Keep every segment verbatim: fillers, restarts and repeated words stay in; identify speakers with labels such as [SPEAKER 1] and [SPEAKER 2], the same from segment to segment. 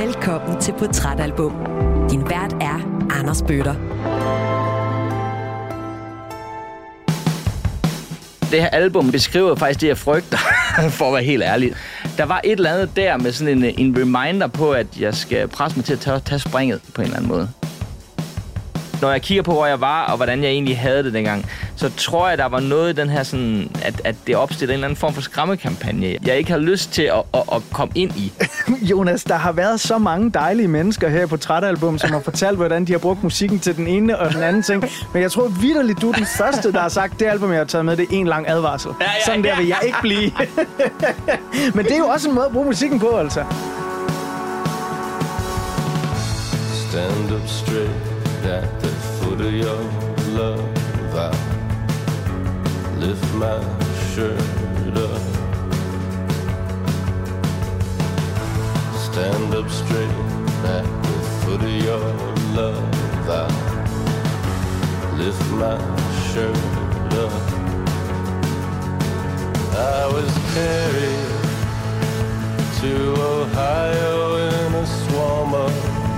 [SPEAKER 1] Velkommen til Portrætalbum. Din vært er Anders Bøtter.
[SPEAKER 2] Det her album beskriver faktisk det, jeg frygter, for at være helt ærlig. Der var et eller andet der med sådan en, en reminder på, at jeg skal presse mig til at tage, tage springet på en eller anden måde. Når jeg kigger på, hvor jeg var, og hvordan jeg egentlig havde det dengang, så tror jeg, der var noget i den her sådan, at, at det opstiller en eller anden form for skræmmekampagne, jeg ikke har lyst til at, at, at komme ind i.
[SPEAKER 3] Jonas, der har været så mange dejlige mennesker her på Portrætalbum, som har fortalt, hvordan de har brugt musikken til den ene og den anden ting. Men jeg tror vitterligt, du er den første, der har sagt, det album, jeg har taget med, det er en lang advarsel. Ja, ja, sådan der ja. Vil jeg ikke blive. Men det er jo også en måde at bruge musikken på, altså.
[SPEAKER 4] Stand up straight at the foot of your love. I lift my shirt up. Stand up straight at the foot of your love. I lift my shirt up. I was carried to Ohio in a swarm of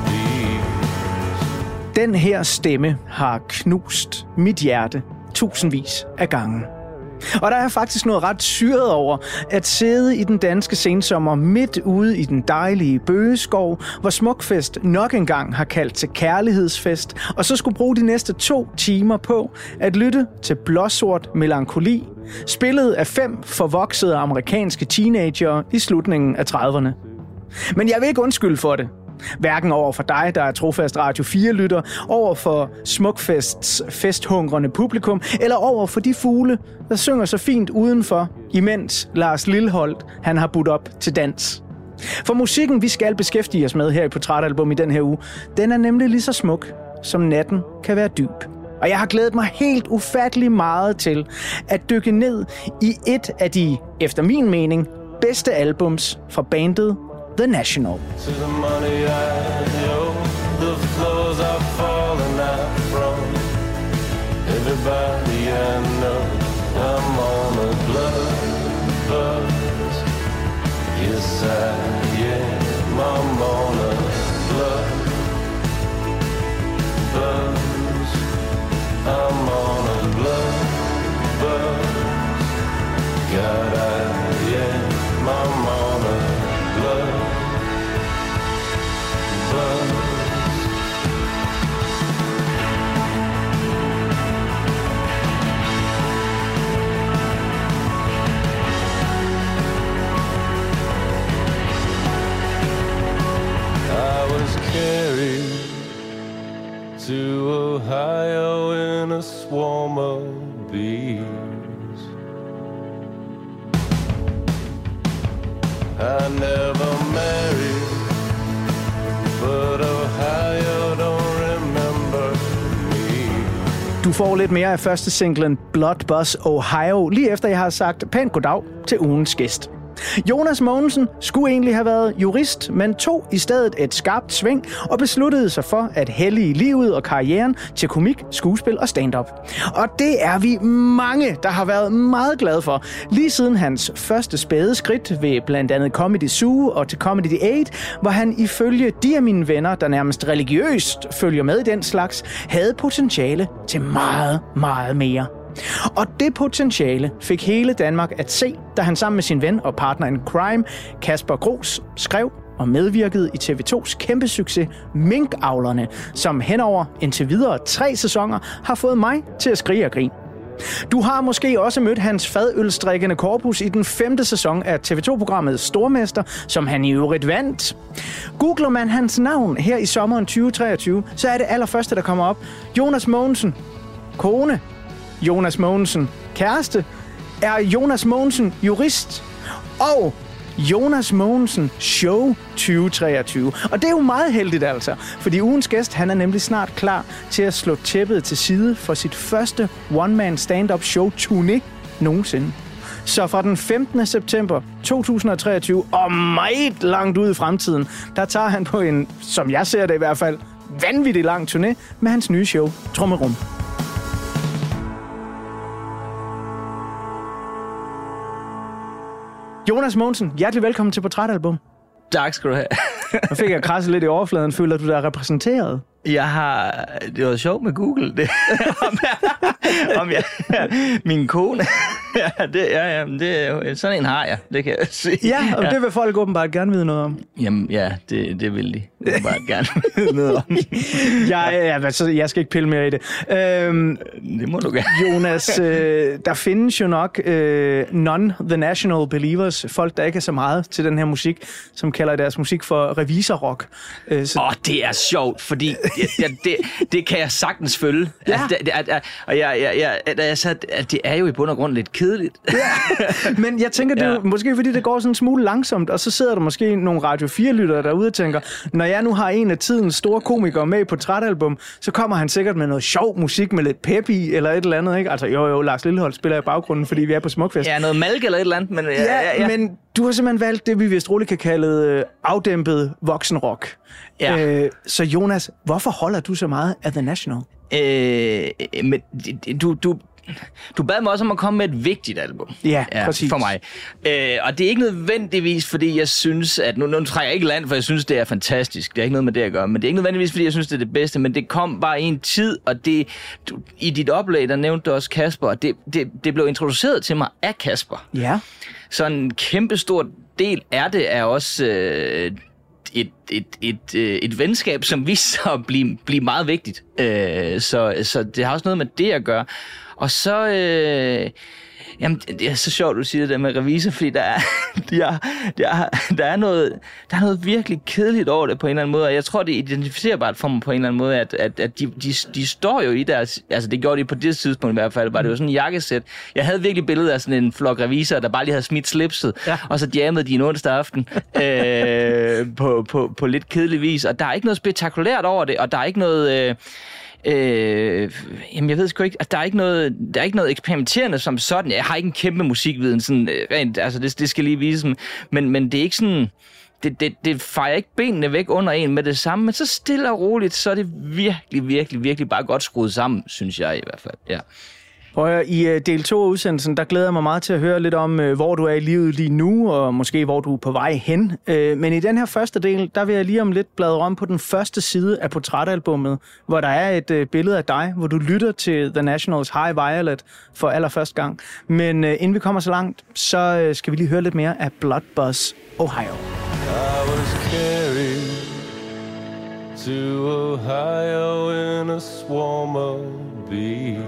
[SPEAKER 3] Den her stemme har knust mit hjerte tusindvis af gange. Og der er faktisk noget ret syret over at sidde i den danske sensommer midt ude i den dejlige bøgeskov, hvor Smukfest nok engang har kaldt til kærlighedsfest, og så skulle bruge de næste to timer på at lytte til blåsort melankoli, spillet af fem forvoksede amerikanske teenagere i slutningen af trediverne. Men jeg vil ikke undskylde for det. Hverken over for dig, der er trofast Radio fire-lytter, over for Smukfests festhungrende publikum, eller over for de fugle, der synger så fint udenfor, imens Lars Lilholt han har budt op til dans. For musikken, vi skal beskæftige os med her i Portrætalbum i den her uge, den er nemlig lige så smuk, som natten kan være dyb. Og jeg har glædet mig helt ufattelig meget til at dykke ned i et af de, efter min mening, bedste albums fra bandet The National.
[SPEAKER 4] to the money I owe, the floors I've fallen out from. Everybody I know, I'm on a blood buzz. Yes I am, I'm on a blood buzz. I'm on a blood buzz. God I am, I'm on a blood buzz. I was carried to Ohio in a swarm of bees. I never married, but Ohio don't remember me.
[SPEAKER 3] Du får lidt mere af første singlen Blood Buzz Ohio, lige efter jeg har sagt pænt goddag til ugens gæst. Jonas Mogensen skulle egentlig have været jurist, men tog i stedet et skarpt sving og besluttede sig for at hellige livet og karrieren til komik, skuespil og stand-up. Og det er vi mange, der har været meget glade for. Lige siden hans første spæde skridt ved blandt andet Comedy Zoo og til Comedy otte, hvor han ifølge de af mine venner, der nærmest religiøst følger med i den slags, havde potentiale til meget, meget mere. Og det potentiale fik hele Danmark at se, da han sammen med sin ven og partner in crime, Kasper Gros, skrev og medvirkede i T V tos kæmpe succes Minkavlerne, som henover indtil videre tre sæsoner har fået mig til at skrige og grine. Du har måske også mødt hans fadølstrikkende korpus i den femte sæson af T V to-programmet Stormester, som han i øvrigt vandt. Googler man hans navn her i sommeren tyve treogtyve, så er det allerførste, der kommer op. Jonas Mogensen, kone. Jonas Mogensen, kæreste. Er Jonas Mogensen jurist? Og Jonas Mogensen Show tyve treogtyve. Og det er jo meget heldigt altså, fordi ugens gæst, han er nemlig snart klar til at slå tæppet til side for sit første one-man stand-up show turné nogensinde. Så fra den femtende september to tusind og treogtyve og meget langt ud i fremtiden, der tager han på en, som jeg ser det i hvert fald, vanvittig lang turné med hans nye show, Trummerum. Jonas Mogensen, hjertelig velkommen til Portrætalbum.
[SPEAKER 2] Tak skal du have.
[SPEAKER 3] Nu fik jeg krasset lidt i overfladen. Føler du dig repræsenteret?
[SPEAKER 2] Jeg har... Det var sjovt med Google. Det, om jeg, om jeg, min kone... ja, det, ja, ja, det er jo, sådan en har jeg, det kan jeg sige.
[SPEAKER 3] Ja, og ja. Det vil folk åbenbart gerne vide noget om.
[SPEAKER 2] Jamen, ja, det, det vil de åbenbart gerne vide noget om.
[SPEAKER 3] jeg, ja, altså, jeg skal ikke pille mere i det. Øhm,
[SPEAKER 2] det må du gerne.
[SPEAKER 3] Jonas, øh, der findes jo nok øh, non-the national believers, folk, der ikke er så meget til den her musik, som kalder deres musik for revisorrock.
[SPEAKER 2] Åh, øh, oh, det er sjovt, fordi ja, det, det kan jeg sagtens følge. Ja. Altså, det, det, og jeg, jeg, jeg, jeg sagde, at det er jo i bund og grund lidt kedeligt.
[SPEAKER 3] Ja. Men jeg tænker, det er jo ja. måske fordi, det går sådan en smule langsomt, og så sidder der måske nogle Radio fire-lyttere derude og tænker, når jeg nu har en af tidens store komikere med i portrætalbum, så kommer han sikkert med noget sjov musik med lidt pep i, eller et eller andet, ikke? Altså jo, jo, Lars Lilleholdt spiller i baggrunden, fordi vi er på Smukfest.
[SPEAKER 2] Ja, noget malk eller et eller andet, men... Ja,
[SPEAKER 3] ja,
[SPEAKER 2] ja, ja.
[SPEAKER 3] men du har simpelthen valgt det, vi vist roligt kan kalde øh, afdæmpet voksenrock. Ja. Øh, så Jonas, hvorfor holder du så meget af The National?
[SPEAKER 2] Øh, men du... du Du bad mig også om at komme med et vigtigt album.
[SPEAKER 3] Ja, ja præcis.
[SPEAKER 2] For mig. Øh, og det er ikke nødvendigvis, fordi jeg synes, at... Nu, nu trækker jeg ikke land, for jeg synes, det er fantastisk. Det er ikke noget med det at gøre. Men det er ikke nødvendigvis, fordi jeg synes, det er det bedste. Men det kom bare i en tid, og det... Du, i dit oplæg, der nævnte du også Kasper, og det, det, det blev introduceret til mig af Kasper.
[SPEAKER 3] Ja.
[SPEAKER 2] Så en kæmpestor del af det er også... Øh, Et, et, et, et venskab, som viste sig at blive, blive meget vigtigt. Øh, så, så det har også noget med det at gøre. Og så... Øh, jamen, det er så sjovt, du siger det der med revisor, fordi der er, der, der, der, er noget, der er noget virkelig kedeligt over det på en eller anden måde, og jeg tror, det er identificerbart for mig på en eller anden måde, at, at, at de, de, de står jo i deres... Altså, det gjorde de på det tidspunkt i hvert fald, var det jo sådan en jakkesæt. Jeg havde virkelig billedet af sådan en flok revisorer, der bare lige havde smidt slipset, ja. Og så jammede de en onsdag aften øh, på, på, på lidt kedelig vis, og der er ikke noget spektakulært over det, og der er ikke noget... Øh, Øh, jamen jeg ved sgu ikke, altså, der er ikke noget, der er ikke noget eksperimenterende som sådan. Jeg har ikke en kæmpe musikviden sådan rent, altså det, det skal lige vise, men men det er ikke sådan, det det det fejrer ikke benene væk under en med det samme, men så stille og roligt, så er det virkelig virkelig virkelig bare godt skruet sammen, synes jeg i hvert fald. Ja.
[SPEAKER 3] Og i del to af udsendelsen, der glæder jeg mig meget til at høre lidt om, hvor du er i livet lige nu, og måske hvor du er på vej hen. Men i den her første del, der vil jeg lige om lidt bladre om på den første side af portrætalbummet, hvor der er et billede af dig, hvor du lytter til The Nationals High Violet for allerførste gang. Men inden vi kommer så langt, så skal vi lige høre lidt mere af Blood Buzz Ohio.
[SPEAKER 4] I was carried to Ohio in a swarm of bees.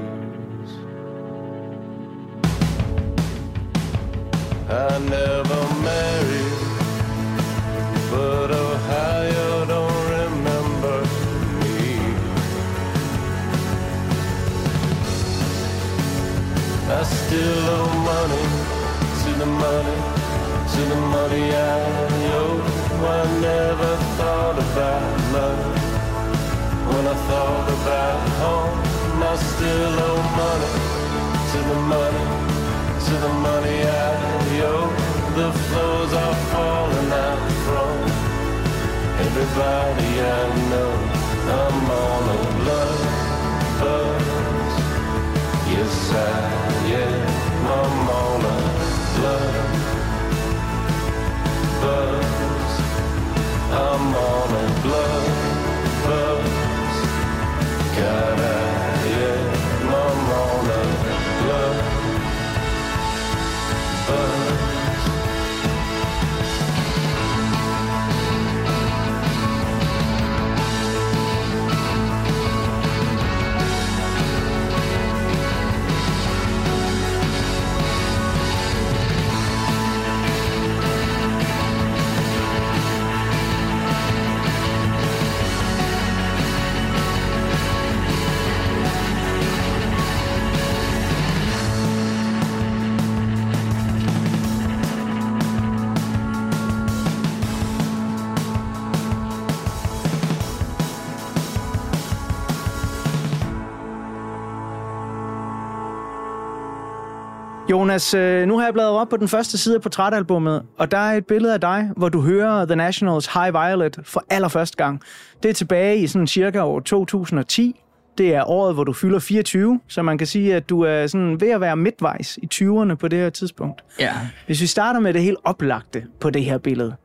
[SPEAKER 4] I never married, but Ohio don't remember me. I still owe money to the money, to the money I owe. I never thought about love when I thought about home. I still owe money to the money, to the money I owe. The flows are falling out from everybody I know. I'm on a blood buzz. Yes, I am. I'm on a blood buzz. I'm on a blood buzz. God, I am. I'm on a blood buzz.
[SPEAKER 3] Jonas, nu har jeg bladret op på den første side af portrætalbummet, og der er et billede af dig, hvor du hører The Nationals High Violet for allerførste gang. Det er tilbage i sådan cirka år to tusind og ti. Det er året, hvor du fylder fireogtyve, så man kan sige, at du er sådan ved at være midtvejs i tyverne på det her tidspunkt.
[SPEAKER 2] Ja.
[SPEAKER 3] Hvis vi starter med det helt oplagte på det her billede.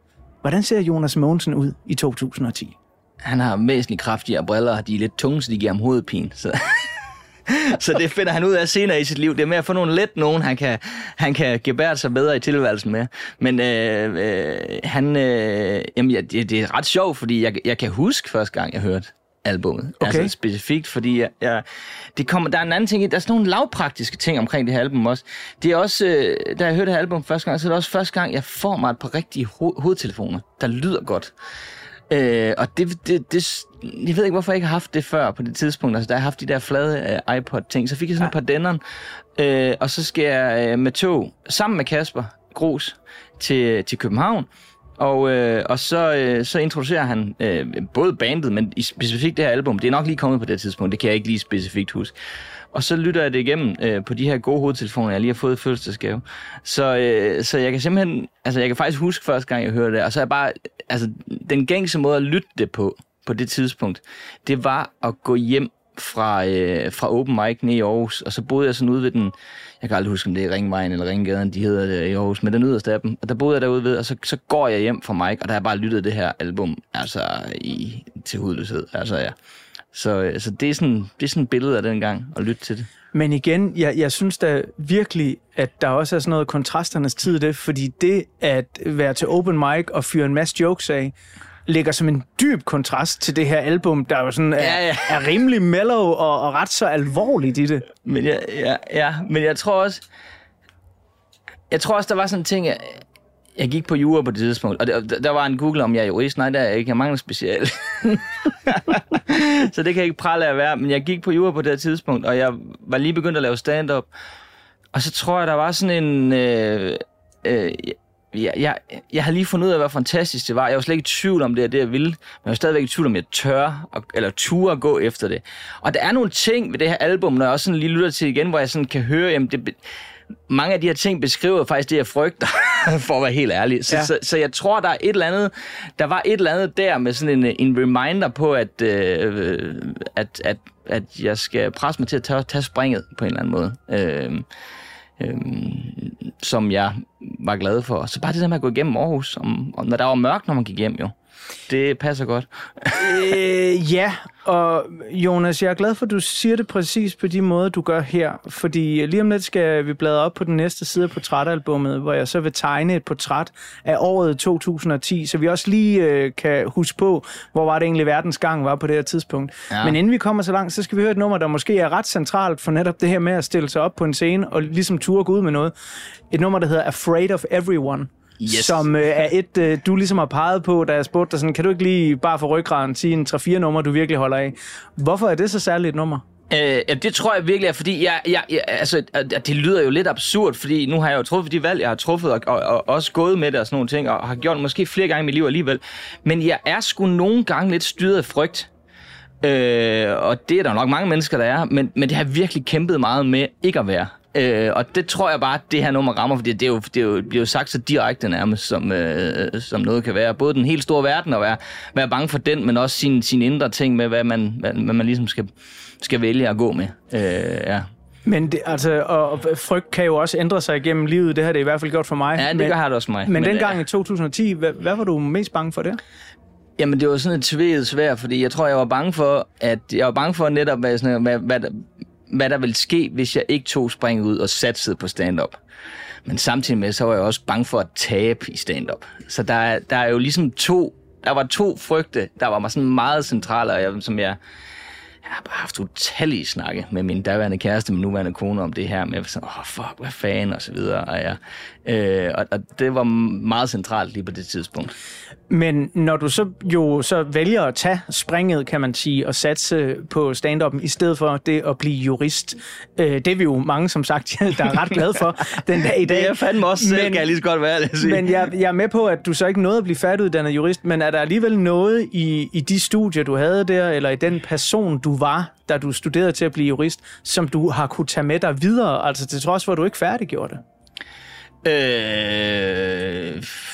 [SPEAKER 3] Hvordan ser Jonas Mogensen ud i to tusind og ti?
[SPEAKER 2] Han har væsentligt kraftigere briller, de er lidt tunge, så de giver ham hovedpine. Så, så det finder han ud af senere i sit liv. Det er med at få nogle let nogen, han kan, han kan gebære sig bedre i tilværelsen med. Men øh, øh, han, øh, jamen, ja, det, det er ret sjovt, fordi jeg, jeg kan huske første gang, jeg hørte albumet.
[SPEAKER 3] Okay.
[SPEAKER 2] Altså specifikt, fordi jeg, jeg, det kommer, der er en anden ting, der er sådan nogle lavpraktiske ting omkring det her album også. Det er også, øh, da jeg hørte det her album første gang, så er det også første gang, jeg får mig et par rigtige ho- hovedtelefoner, der lyder godt. Øh, og det, det, det, jeg ved ikke, hvorfor jeg ikke har haft det før på det tidspunkt. Altså, da jeg har haft de der flade øh, iPod-ting, så fik jeg sådan ja. et par denneren, øh, og så skal jeg øh, med tog, sammen med Kasper Gros, til, til København. Og, øh, og så, øh, så introducerer han øh, både bandet, men specifikt det her album. Det er nok lige kommet på det tidspunkt, det kan jeg ikke lige specifikt huske. Og så lytter jeg det igennem øh, på de her gode hovedtelefoner, jeg lige har fået i fødselsdagsgave. Så, øh, så jeg kan simpelthen, altså jeg kan faktisk huske første gang, jeg hørte det, og så er bare, altså den gængse måde at lytte det på, på det tidspunkt, det var at gå hjem fra, øh, fra Open Mic nede i Aarhus, og så boede jeg sådan ude ved den, jeg kan aldrig huske, om det er Ringvejen eller Ringgaden, de hedder det i Aarhus, men den yderste af dem, og der boede jeg derude ved, og så, så går jeg hjem fra Mike, og der har jeg bare lyttet det her album, altså i, til hudløshed, altså ja. Så, så det er sådan det er sådan et billede af den gang at lytte til det.
[SPEAKER 3] Men igen, jeg, jeg synes da virkelig, at der også er sådan noget kontrasternes tid i det, fordi det at være til open mic og fyre en masse jokes af, ligger som en dyb kontrast til det her album, der jo sådan er,
[SPEAKER 2] ja, ja.
[SPEAKER 3] er rimelig mellow og, og ret så alvorligt i det.
[SPEAKER 2] Men jeg, ja, ja, men jeg tror også, jeg tror også, der var sådan en ting, jeg, jeg gik på jura på det tidspunkt, og der, der var en Google om, jeg er jurist. Nej, der er jeg ikke. Jeg mangler special. Så det kan jeg ikke prale af at være. Men jeg gik på jura på det tidspunkt, og jeg var lige begyndt at lave stand-up. Og så tror jeg, der var sådan en... Øh, øh, jeg, jeg, jeg havde lige fundet ud af, hvor fantastisk det var. Jeg var slet ikke i tvivl om det, det jeg ville. Men jeg var stadigvæk i tvivl om, jeg tør, eller turde at gå efter det. Og der er nogle ting ved det her album, når jeg også sådan lige lytter til igen, hvor jeg sådan kan høre, jamen det... Mange af de her ting beskriver faktisk det, jeg frygter, for at være helt ærlig. Så, ja. så, så jeg tror, der er et eller andet, der var et eller andet der med sådan en, en reminder på, at, øh, at, at, at jeg skal presse mig til at tage, tage springet på en eller anden måde. Øh, øh, som jeg var glad for. Så bare det der med at gå igennem Aarhus, om, om, når der var mørkt, når man gik hjem jo. Det passer godt.
[SPEAKER 3] øh, ja, og Jonas, jeg er glad for, at du siger det præcis på de måder, du gør her. Fordi lige om lidt skal vi bladre op på den næste side af portrætalbummet, hvor jeg så vil tegne et portræt af året to tusind og ti, så vi også lige øh, kan huske på, hvor var det egentlig verdens gang var på det her tidspunkt. Ja. Men inden vi kommer så langt, så skal vi høre et nummer, der måske er ret centralt for netop det her med at stille sig op på en scene og ligesom turde gå ud med noget. Et nummer, der hedder Afraid of Everyone. Yes. Som øh, er et, øh, du ligesom har peget på, da jeg spurgte dig sådan, kan du ikke lige bare for ryggraden sige en tre fire nummer, du virkelig holder af? Hvorfor er det så særligt et nummer?
[SPEAKER 2] Øh, det tror jeg virkelig er, fordi jeg, jeg, jeg, altså, det lyder jo lidt absurd, fordi nu har jeg jo truffet de valg, jeg har truffet, og, og, og også gået med det og sådan nogle ting, og har gjort måske flere gange i mit liv alligevel. Men jeg er sgu nogle gange lidt styret af frygt. Øh, og det er der nok mange mennesker, der er, men, men det har jeg virkelig kæmpet meget med ikke at være. Øh, og det tror jeg bare, at det her nummer rammer, fordi det er jo, det er jo, bliver jo sagt så direkte nærmest, som, øh, som noget kan være. Både den helt store verden og være, være bange for den, men også sine sin indre ting med, hvad man, hvad, hvad man ligesom skal, skal vælge at gå med. Øh, ja. Men
[SPEAKER 3] det, altså, og frygt kan jo også ændre sig igennem livet. Det har det i hvert fald gjort for mig.
[SPEAKER 2] Ja, det men, har det også for mig.
[SPEAKER 3] Men, men dengang
[SPEAKER 2] ja.
[SPEAKER 3] i to tusind og ti, hvad, hvad var du mest bange for det?
[SPEAKER 2] Jamen, det var sådan et tværet svært, fordi jeg tror, jeg var bange for, at jeg var bange for netop, hvad, sådan, hvad, hvad, hvad der ville ske, hvis jeg ikke tog springet ud og satsede på stand-up. Men samtidig med, så var jeg også bange for at tabe i stand-up. Så der, der er jo ligesom to, der var to frygte, der var sådan meget centrale, og jeg, som jeg, jeg har bare haft utallige snakke med min daværende kæreste, min nuværende kone om det her med sådan, åh oh, fuck, hvad fanden, og så videre. Og, jeg, øh, og, og det var meget centralt lige på det tidspunkt.
[SPEAKER 3] Men når du så jo så vælger at tage springet, kan man sige, og satse på stand-up'en, i stedet for det at blive jurist, øh, det er vi jo mange, som sagt, der er ret glade for den dag i dag.
[SPEAKER 2] Det er fandme også selv, men, kan jeg lige så godt være det.
[SPEAKER 3] Men jeg, jeg er med på, at du så ikke nåede at blive færdiguddannet jurist, men er der alligevel noget i, i de studier, du havde der, eller i den person, du var, da du studerede til at blive jurist, som du har kunne tage med dig videre, altså til trods for, at du ikke færdiggjorde det?
[SPEAKER 2] Øh...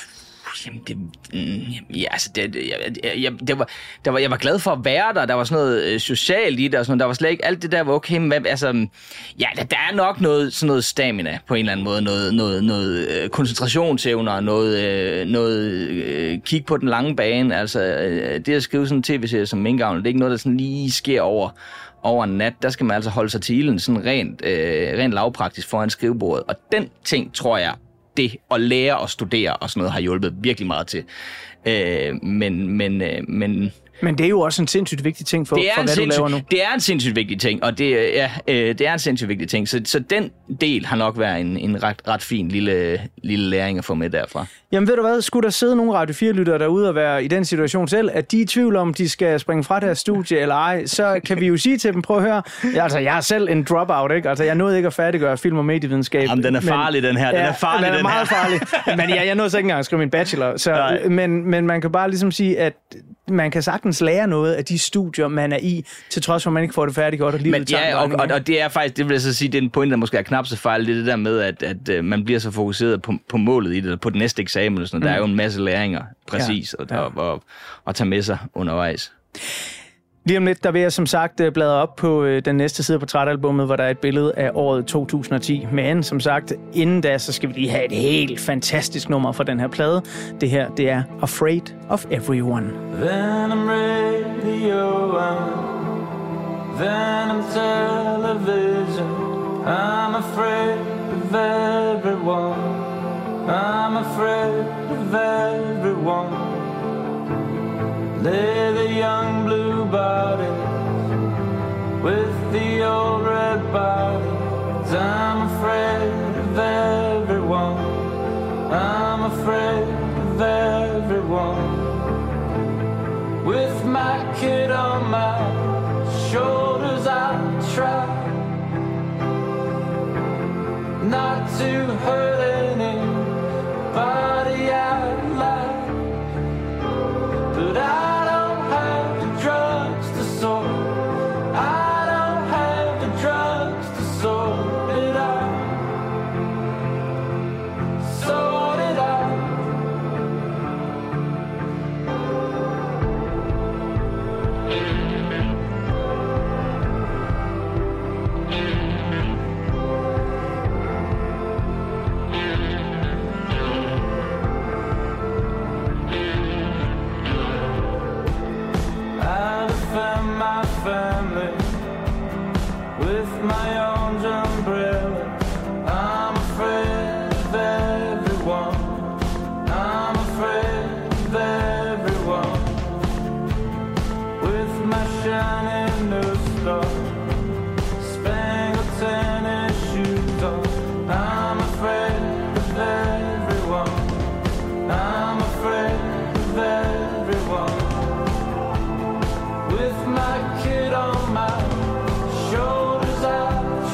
[SPEAKER 2] Jamen, det, ja, altså, det, jeg, jeg, det var, der var, jeg var glad for at være der. Der var sådan noget øh, socialt i det, og sådan noget. Der var slet ikke alt det der var okay. Men, altså, ja, der, der er nok noget, sådan noget stamina på en eller anden måde. Noget, noget, noget øh, koncentrationsevner, noget, øh, noget øh, kig på den lange bane. Altså, øh, det at skrive sådan en tv-serie som Minkavlen, det er ikke noget, der sådan lige sker over, over en nat. Der skal man altså holde sig til ilden sådan rent, øh, rent lavpraktisk foran skrivebordet. Og den ting, tror jeg, det at lære og studere og sådan noget har hjulpet virkelig meget til. Øh, men, men, øh, men...
[SPEAKER 3] Men det er jo også en sindssygt vigtig ting for, for hvad du laver nu.
[SPEAKER 2] Det er en sindssygt vigtig ting, og det, ja, øh, det er en sindssygt vigtig ting. Så, så den del har nok været en, en ret, ret fin lille, lille læring at få med derfra. Jamen
[SPEAKER 3] ved du hvad, skulle der sidde nogle Radio fire-lyttere derude og være i den situation selv, at de er i tvivl om, de skal springe fra deres studie eller ej, så kan vi jo sige til dem, prøv at høre, jeg, altså jeg er selv en dropout, ikke? Altså jeg nåede ikke at færdiggøre film- og medievidenskab.
[SPEAKER 2] Jamen den er farlig, men, den her. Den
[SPEAKER 3] ja,
[SPEAKER 2] er farlig,
[SPEAKER 3] den er
[SPEAKER 2] den
[SPEAKER 3] meget
[SPEAKER 2] her.
[SPEAKER 3] farlig. Men ja, jeg nåede så ikke engang at skrive min bachelor. Så, men, men man kan bare ligesom sige, at man kan sagtens lære noget af de studier, man er i, til trods for, at man ikke får det færdigt godt, og livet
[SPEAKER 2] men, ja, og, og, og det er faktisk, det vil jeg så sige, det er en point, der måske er knap så fejl, det er det der med, at, at, at man bliver så fokuseret på, på målet i det, på den næste eksamen, og sådan. Mm. Der er jo en masse læringer, præcis, ja, ja. Og, og, og, og tage med sig undervejs.
[SPEAKER 3] Lige om lidt, der vil jeg som sagt bladre op på øh, den næste side på portrætalbummet, hvor der er et billede af året to tusind og ti. Men som sagt, inden da, så skal vi lige have et helt fantastisk nummer fra den her plade. Det her, det er Afraid of Everyone.
[SPEAKER 4] Venom radio on, Venom television. I'm afraid of everyone. I'm afraid of everyone. Lay the young blue bodies with the old red bodies. I'm afraid of everyone. I'm afraid of everyone. With my kid on my shoulders, I try not to hurt anybody I like, but I family with my own umbrella. I'm afraid of everyone. I'm afraid of everyone. With my shiny new star, spangled tennis shoes on. I'm afraid of everyone. I'm afraid of everyone. With my kid on my shoulders, I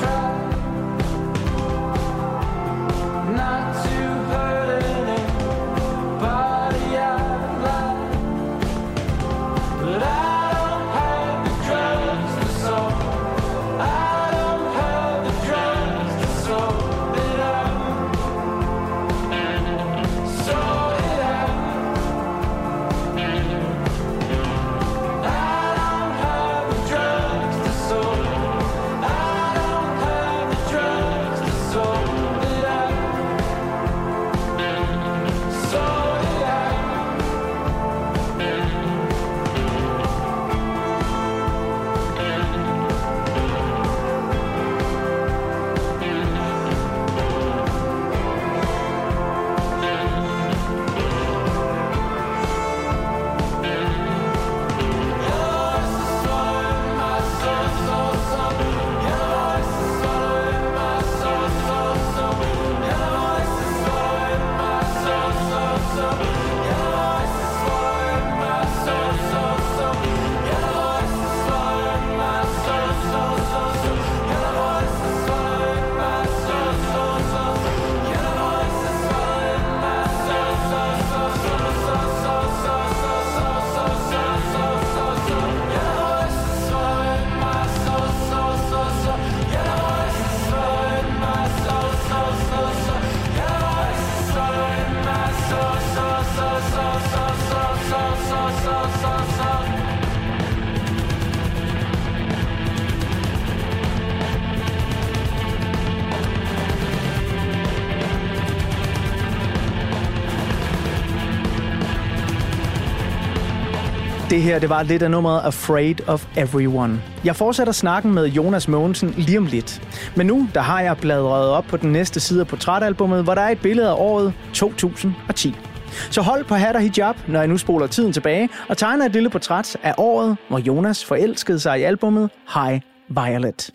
[SPEAKER 3] Det her, det var lidt af nummeret Afraid of Everyone. Jeg fortsætter snakken med Jonas Mogensen lige om lidt. Men nu, der har jeg bladret op på den næste side af portrætalbummet, hvor der er et billede af året to tusind og ti. Så hold på hat og hijab, når jeg nu spoler tiden tilbage, og tegner et lille portræt af året, hvor Jonas forelskede sig i albummet High Violet.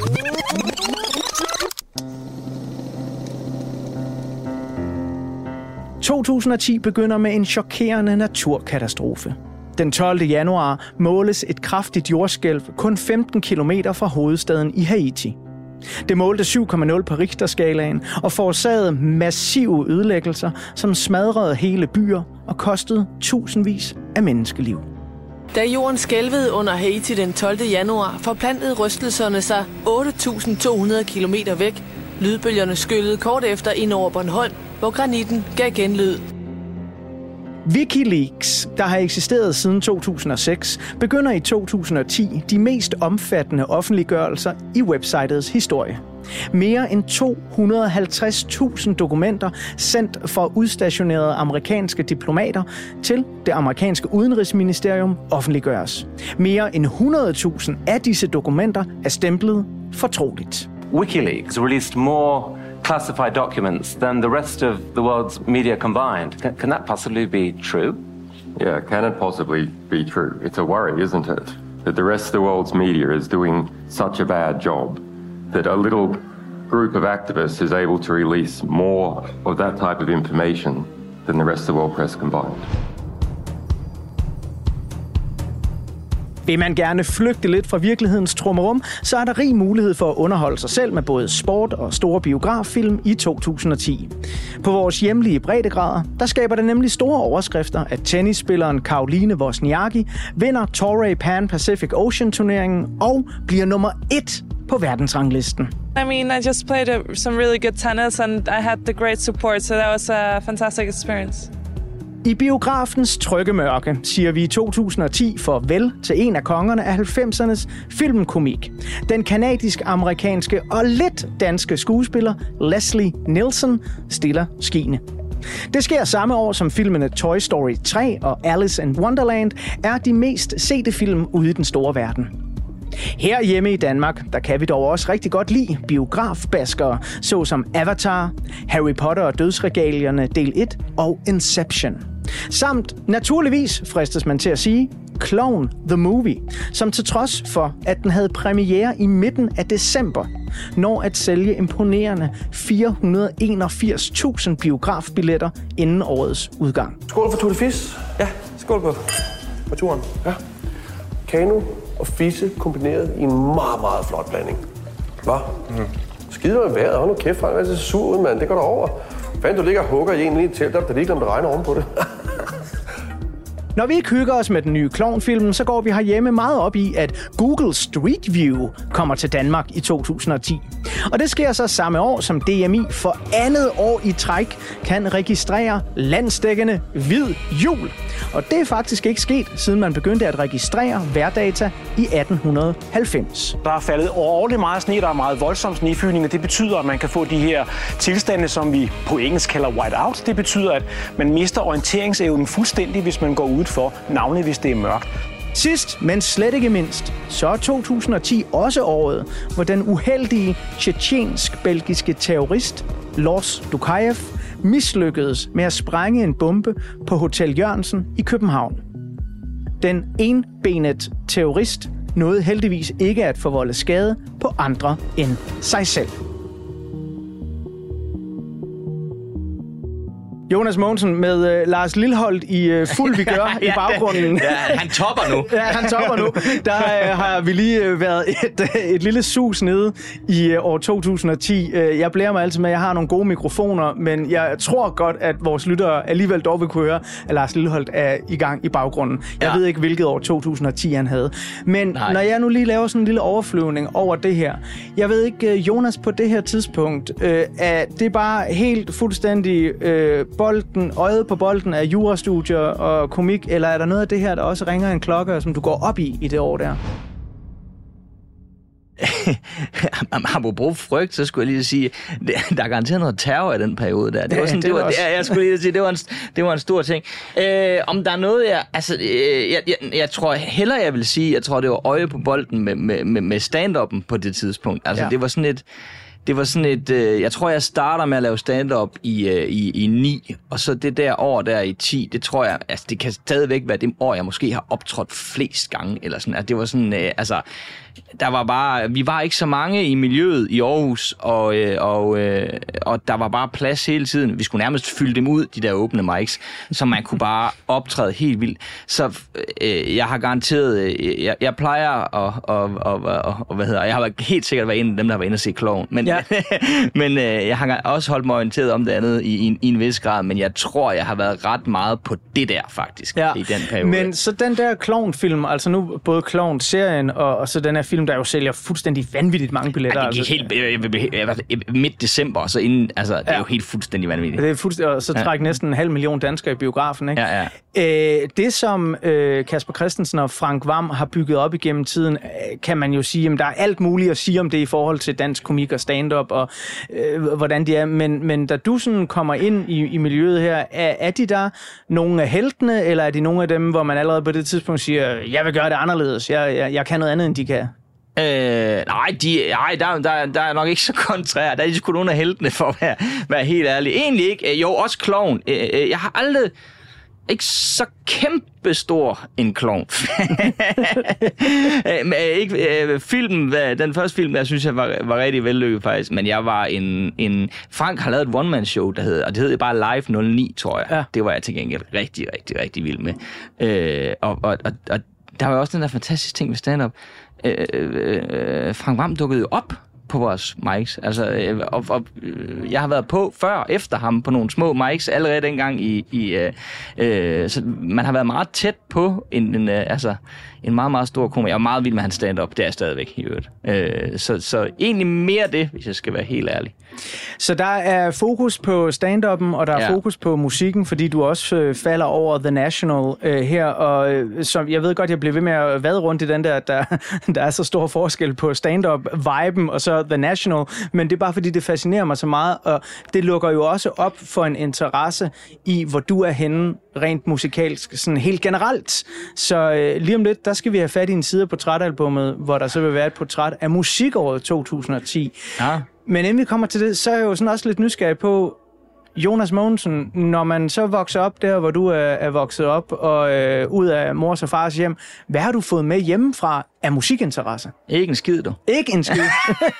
[SPEAKER 3] to tusind og ti begynder med en chokerende naturkatastrofe. Den tolvte januar måles et kraftigt jordskælv kun femten kilometer fra hovedstaden i Haiti. Det målte syv komma nul på Richterskalaen og forårsagede massive ødelæggelser, som smadrede hele byer og kostede tusindvis af menneskeliv.
[SPEAKER 5] Da jorden skælvede under Haiti den tolvte januar, forplantede rystelserne sig otte tusind to hundrede kilometer væk. Lydbølgerne skyllede kort efter ind over Bornholm, hvor granitten gav genlyd.
[SPEAKER 3] WikiLeaks, der har eksisteret siden to tusind og seks, begynder i to tusind og ti de mest omfattende offentliggørelser i websitets historie. Mere end to hundrede og halvtreds tusind dokumenter sendt fra udstationerede amerikanske diplomater til det amerikanske udenrigsministerium offentliggøres. Mere end hundrede tusind af disse dokumenter er stemplet fortroligt.
[SPEAKER 6] WikiLeaks released more classified documents than the rest of the world's media combined. Can, can that possibly be true?
[SPEAKER 7] Yeah, can it possibly be true? It's a worry, isn't it? That the rest of the world's media is doing such a bad job that a little group of activists is able to release more of that type of information than the rest of the world press combined.
[SPEAKER 3] Vil man gerne flygte lidt fra virkelighedens trummerum, så er der rig mulighed for at underholde sig selv med både sport og store biograffilm i to tusind og ti. På vores hjemlige breddegrader, der skaber det nemlig store overskrifter, at tennisspilleren Caroline Wozniacki vinder Torrey Pan Pacific Ocean-turneringen og bliver nummer et på verdensranglisten.
[SPEAKER 8] I mean, I just played a, some really good tennis and I had the great support, so that was a fantastic experience.
[SPEAKER 3] I biografens trygge mørke siger vi i to tusind og ti farvel til en af kongerne af halvfemsernes filmkomik. Den kanadisk-amerikanske og lidt danske skuespiller Leslie Nielsen stiller skiene. Det sker samme år, som filmene Toy Story tre og Alice in Wonderland er de mest sete film ude i den store verden. Her hjemme i Danmark, der kan vi dog også rigtig godt lide biografbaskere, såsom Avatar, Harry Potter og Dødsregalierne del et og Inception. Samt naturligvis, fristes man til at sige, Clown the Movie, som til trods for, at den havde premiere i midten af december, når at sælge imponerende fire hundrede og enogfirs tusind biografbilletter inden årets udgang.
[SPEAKER 9] Skål for Tour de Fis.
[SPEAKER 6] Ja, skål på,
[SPEAKER 9] på turen. Ja. Kano og fisse kombineret i en meget, meget flot blanding. Hva? Mm. Skide med vejret. Hold nu kæft, Frank. Hvad er det så sur ud, mand? Det går der over. Fanden, du ligger og hugger i en lige til, der er lige glemt at regne oven på det.
[SPEAKER 3] Når vi ikke hygger os med den nye Klovn-film, så går vi herhjemme meget op i, at Google Street View kommer til Danmark i to tusind og ti. Og det sker så samme år, som D M I for andet år i træk kan registrere landsdækkende hvid jul. Og det er faktisk ikke sket, siden man begyndte at registrere vejrdata i atten halvfems.
[SPEAKER 10] Der er faldet overordentligt meget sne, der er meget voldsom snefyldning, og det betyder, at man kan få de her tilstande, som vi på engelsk kalder whiteout. Det betyder, at man mister orienteringsevnen fuldstændig, hvis man går udfor, navnlig hvis det er mørkt.
[SPEAKER 3] Sidst, men slet ikke mindst, så er to tusind og ti også året, hvor den uheldige tjetjensk-belgiske terrorist Lors Doukaev mislykkedes med at sprænge en bombe på Hotel Jørgensen i København. Den enbenet terrorist nåede heldigvis ikke at forvolde skade på andre end sig selv. Jonas Mogensen med uh, Lars Lilholt i uh, fuld vi gør i baggrunden.
[SPEAKER 2] Ja, han topper nu.
[SPEAKER 3] Ja, han topper nu. Der uh, har vi lige uh, været et, uh, et lille sus nede i uh, år to tusind og ti. Uh, jeg blærer mig altid med, at jeg har nogle gode mikrofoner, men jeg tror godt, at vores lyttere alligevel dog vil kunne høre, at Lars Lilholt er i gang i baggrunden. Jeg ja. ved ikke, hvilket år to tusind og ti han havde. Men Nej. når jeg nu lige laver sådan en lille overflyvning over det her. Jeg ved ikke, Jonas, på det her tidspunkt, uh, er det bare helt fuldstændig... Uh, bolden, øjet på bolden af jurastudier og komik, eller er der noget af det her, der også ringer en klokke, som du går op i i det år der?
[SPEAKER 2] Apropos frygt, så skulle jeg lige sige, der er garanteret noget terror i den periode der. Det var sådan, det, det var, det, jeg skulle lige sige, det var en, det var en stor ting. Øh, om der er noget, jeg, altså, øh, jeg, jeg, jeg tror hellere, jeg vil sige, jeg tror, det var øje på bolden med, med, med, med stand-up'en på det tidspunkt. Altså, ja. det var sådan et, det var sådan et, øh, jeg tror, jeg starter med at lave stand-up i, øh, i, i ni, og så det der år der i ti, det tror jeg, altså, det kan stadigvæk være det år, jeg måske har optrådt flest gange, eller sådan, altså, det var sådan, øh, altså, der var bare, vi var ikke så mange i miljøet i Aarhus, og, øh, og, øh, og der var bare plads hele tiden. Vi skulle nærmest fylde dem ud, de der åbne mics, så man kunne bare optræde helt vildt. Så øh, jeg har garanteret, øh, jeg, jeg plejer at, og, og, og, og, hvad hedder, jeg har helt sikkert været en af dem, der var inde og se Klovn, men, ja. men øh, jeg har også holdt mig orienteret om det andet i, i, i en vis grad, men jeg tror, jeg har været ret meget på det der faktisk, ja. i den periode.
[SPEAKER 3] Men så den der Klovn-film, altså nu både Klovn-serien og, og så den her film, der jo sælger fuldstændig vanvittigt mange billetter.
[SPEAKER 2] Ja, det gik altså. helt midt december, så inden, altså, det er ja. jo helt fuldstændig vanvittigt.
[SPEAKER 3] Det er fuldstændig, og så træk ja. næsten en halv million danskere i biografen, ikke?
[SPEAKER 2] Ja, ja.
[SPEAKER 3] Øh, det, som øh, Kasper Christensen og Frank Hvam har bygget op igennem tiden, øh, kan man jo sige, at der er alt muligt at sige om det i forhold til dansk komik og stand-up, og øh, hvordan de er. Men, men da du sådan kommer ind i, i miljøet her, er, er de der nogle af heltene, eller er de nogle af dem, hvor man allerede på det tidspunkt siger, jeg vil gøre det anderledes, jeg, jeg, jeg kan noget andet, end de kan?
[SPEAKER 2] Øh, nej, de, nej der, der, der er nok ikke så kontrær. Der er de sgu nogle af heltene, for at være, være helt ærlig. Egentlig ikke. Jo, også Klovn. Øh, jeg har aldrig ikke så kæmpestor en klovn. ikke, øh, filmen, den første film, jeg synes, jeg var, var rigtig vellykket faktisk, men jeg var en, en... Frank har lavet et one-man-show, der hedder, og det hedder bare Live nul ni, tror jeg. Ja. Det var jeg til gengæld rigtig, rigtig, rigtig vild med. Øh, og, og, og, og der var også den der fantastiske ting ved stand-up. Øh, øh, Frank Hvam dukkede jo op på vores mics. Altså, øh, og, og, øh, jeg har været på før og efter ham på nogle små mics allerede dengang i... i øh, øh, så man har været meget tæt på en, en, øh, altså, en meget, meget stor komiker. Jeg er meget vild med hans stand-up. Det er jeg stadigvæk i øvrigt. Øh, så, så egentlig mere det, hvis jeg skal være helt ærlig.
[SPEAKER 3] Så der er fokus på stand-up'en, og der er ja. fokus på musikken, fordi du også øh, falder over The National øh, her, og øh, så jeg ved godt, jeg bliver ved med at vade rundt i den der, der, der er så stor forskel på stand-up-viben og så The National, men det er bare fordi, det fascinerer mig så meget, og det lukker jo også op for en interesse i, hvor du er henne rent musikalsk, sådan helt generelt. Så øh, lige om lidt, der skal vi have fat i en side af portrætalbummet, hvor der så vil være et portræt af musikåret to tusind og ti.
[SPEAKER 2] Ja.
[SPEAKER 3] Men inden vi kommer til det, så er jeg jo sådan også lidt nysgerrig på, Jonas Mogensen, når man så vokser op der, hvor du er, er vokset op, og øh, ud af mors og fars hjem, hvad har du fået med hjemmefra af musikinteresse?
[SPEAKER 2] Ikke en skid, du.
[SPEAKER 3] Ikke en skid?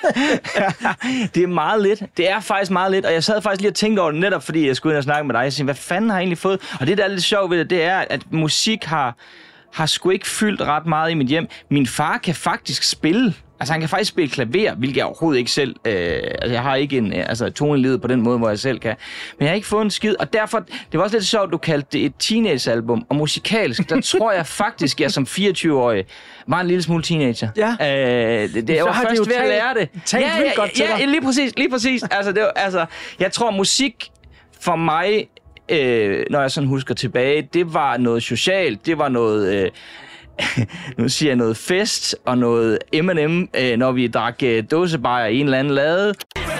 [SPEAKER 2] Det er meget lidt. Det er faktisk meget lidt, og jeg sad faktisk lige og tænkte over det, netop fordi jeg skulle ind og snakke med dig, og sige, hvad fanden har jeg egentlig fået? Og det, der er lidt sjovt ved det, det er, at musik har, har sgu ikke fyldt ret meget i mit hjem. Min far kan faktisk spille. Altså, han kan faktisk spille klaver, hvilket jeg overhovedet ikke selv... Øh, altså, jeg har ikke en altså, tonelivet på den måde, hvor jeg selv kan. Men jeg har ikke fået en skid, og derfor... Det var også lidt sjovt, du kaldte det et teenagealbum, og musikalsk, der tror jeg faktisk, jeg som fireogtyve-årig var en lille smule teenager.
[SPEAKER 3] Ja.
[SPEAKER 2] Øh, det, det, jeg var først ved at lære det.
[SPEAKER 3] Ja, ja, godt til
[SPEAKER 2] ja, lige præcis, lige præcis. Altså, det var, altså, jeg tror, musik for mig, øh, når jeg sådan husker tilbage, det var noget socialt, det var noget... Øh, nu siger jeg noget fest og noget M and M, øh, når vi drak øh, dåsebajer i en eller anden lade.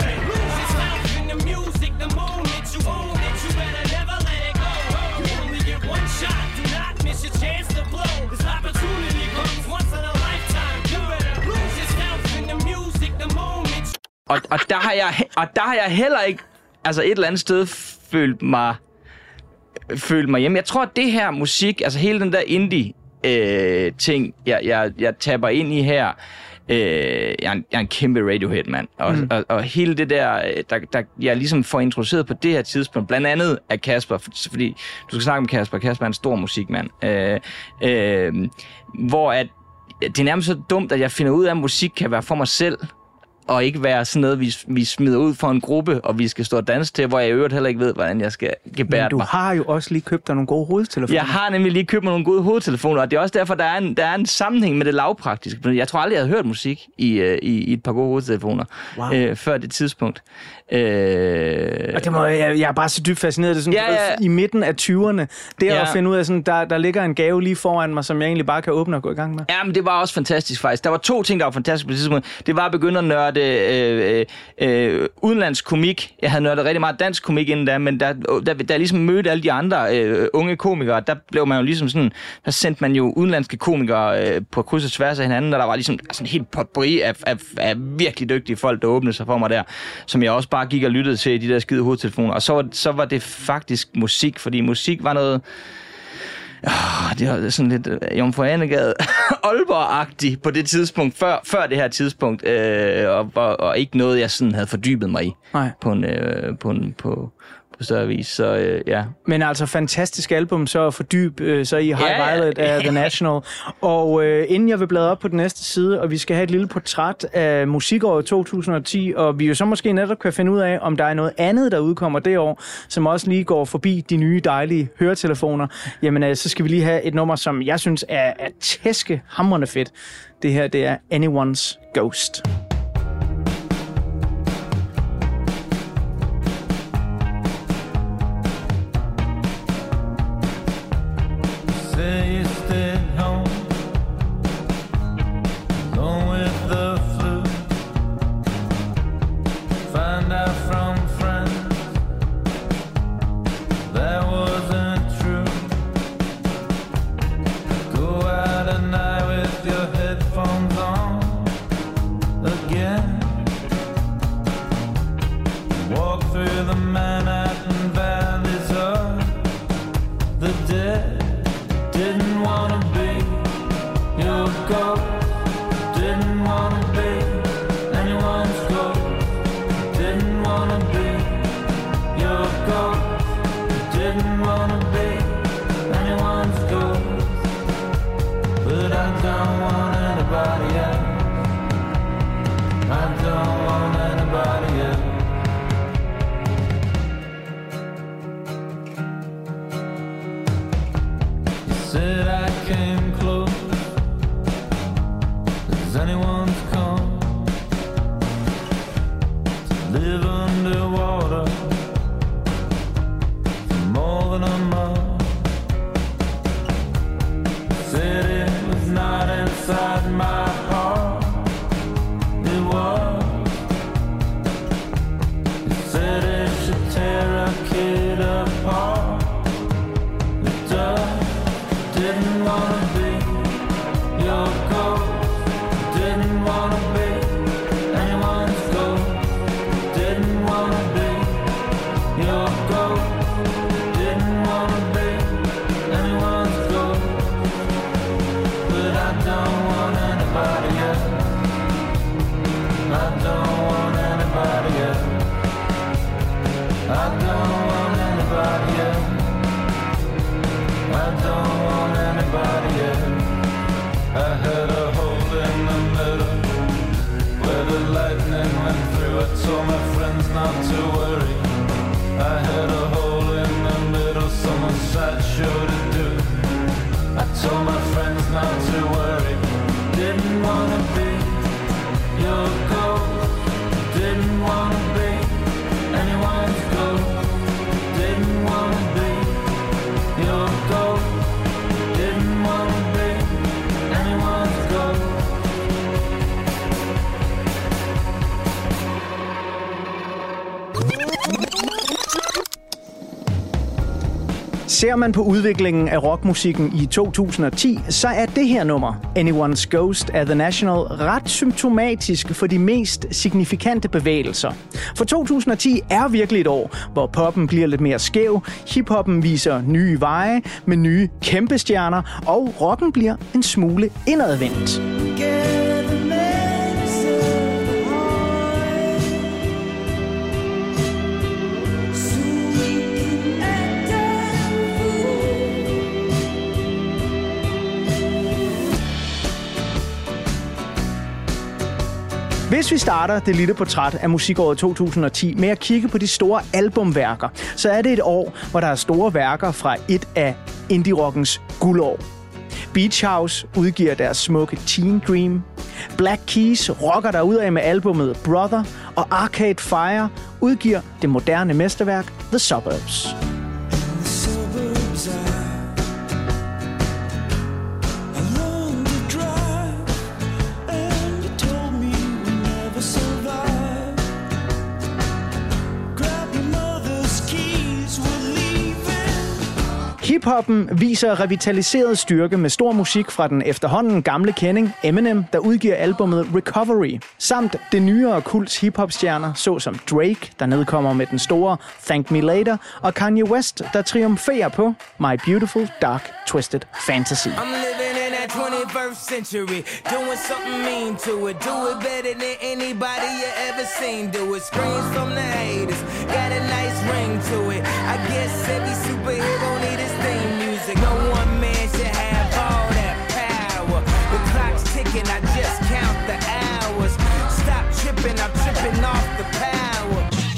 [SPEAKER 2] Og, og, der har jeg, og der har jeg heller ikke altså et eller andet sted følt mig, følt mig hjemme. Jeg tror, at det her musik, altså hele den der indie Øh, ting, jeg, jeg, jeg tapper ind i her. Øh, jeg, er en, jeg er en kæmpe Radiohead, mand. Og, mm. og, og hele det der, der, der, jeg ligesom får introduceret på det her tidspunkt, blandt andet af Kasper, fordi du skal snakke med Kasper. Kasper er en stor musikmand. Øh, øh, hvor at, det er nærmest så dumt, at jeg finder ud af, at musik kan være for mig selv. og ikke være sådan noget, vi, vi smider ud for en gruppe, og vi skal stå og danse til, hvor jeg i øvrigt heller ikke ved, hvordan jeg skal gebære mig.
[SPEAKER 3] Men du har jo også lige købt dig nogle gode hovedtelefoner.
[SPEAKER 2] Jeg har nemlig lige købt mig nogle gode hovedtelefoner, og det er også derfor, der er en, der er en sammenhæng med det lavpraktiske. Jeg tror aldrig, jeg havde hørt musik i, i, i et par gode hovedtelefoner wow. øh, før det tidspunkt. Øh...
[SPEAKER 3] Og det må, jeg, jeg er bare så dybt fascineret. Det er sådan, ja, ja. I midten af tyverne, det er ja. at finde ud af, sådan, der, der ligger en gave lige foran mig, som jeg egentlig bare kan åbne og gå i gang med.
[SPEAKER 2] Ja, men det var også fantastisk faktisk. Der var to ting, der var fantastisk på det tidspunkt. Det var at begynde at nørde øh, øh, udenlandsk komik. Jeg havde nørdet rigtig meget dansk komik inden da, men da, da, da jeg ligesom mødte alle de andre øh, unge komikere, der blev man jo ligesom sådan, der sendte man jo udenlandske komikere øh, på kryds og tværs af hinanden, og der var ligesom sådan en helt potpourri af, af, af virkelig dygtige folk, der åbnede sig for mig der, som jeg også bare gik og lyttede til i de der skide hovedtelefoner. Og så var, så var det faktisk musik, fordi musik var noget... Oh, det var sådan lidt uh, Jomfru Anegade Aalborg-agtigt på det tidspunkt, før, før det her tidspunkt, øh, og, og, og ikke noget, jeg sådan havde fordybet mig i
[SPEAKER 3] Nej.
[SPEAKER 2] på en, øh, på en, på, på større vis, så øh, ja.
[SPEAKER 3] Men altså, fantastisk album, så fordyb øh, så i High ja, Violet ja. af The National. Og øh, inden jeg vil bladre op på den næste side, og vi skal have et lille portræt af musikåret to tusind og ti, og vi jo så måske netop kan finde ud af, om der er noget andet, der udkommer det år, som også lige går forbi de nye dejlige høretelefoner, jamen øh, så skal vi lige have et nummer, som jeg synes er, er tæskehamrende fedt. Det her, det er Anyone's Ghost. Ser man på udviklingen af rockmusikken i to tusind og ti, så er det her nummer, Anyone's Ghost af The National, ret symptomatisk for de mest signifikante bevægelser. For to tusind og ti er virkelig et år, hvor poppen bliver lidt mere skæv, hiphoppen viser nye veje med nye kæmpestjerner, og rocken bliver en smule indadvendt. Hvis vi starter det lille portræt af musikåret to tusind og ti med at kigge på de store albumværker, så er det et år, hvor der er store værker fra et af indie-rockens guldår. Beach House udgiver deres smukke Teen Dream. Black Keys rocker derudad med albumet Brother, og Arcade Fire udgiver det moderne mesterværk The Suburbs. Hip-hoppen viser revitaliseret styrke med stor musik fra den efterhånden gamle kending Eminem, der udgiver albumet Recovery, samt det nyere kults hip-hop-stjerner, såsom Drake, der nedkommer med den store Thank Me Later, og Kanye West, der triumferer på My Beautiful Dark Twisted Fantasy.
[SPEAKER 11] twenty-first century, doing something mean to it. Do it better than anybody you ever seen. Do it. Screams from the haters, got a nice ring to it. I guess every superhero need his theme music. No one man should have all that power. The clock's ticking, I just count the hours. Stop tripping, I'm tripping off the power.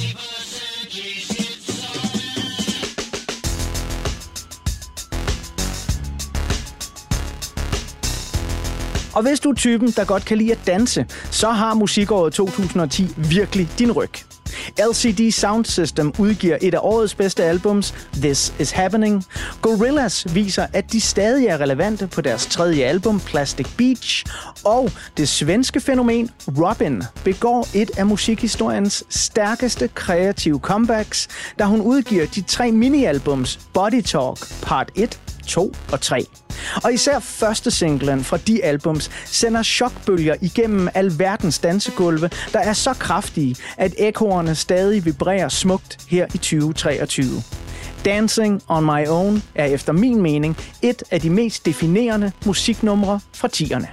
[SPEAKER 3] Og hvis du er typen, der godt kan lide at danse, så har musikåret to tusind og ti virkelig din ryg. L C D Sound System udgiver et af årets bedste albums, This Is Happening. Gorillaz viser, at de stadig er relevante på deres tredje album, Plastic Beach. Og det svenske fænomen Robyn begår et af musikhistoriens stærkeste kreative comebacks, da hun udgiver de tre mini-albums Body Talk Part et, to og tre. Og især første singlen fra de albums sender chokbølger igennem alverdens dansegulve, der er så kraftige, at ekkoerne stadig vibrerer smukt her i tyve treogtyve. Dancing on My Own er efter min mening et af de mest definerende musiknumre fra tierne.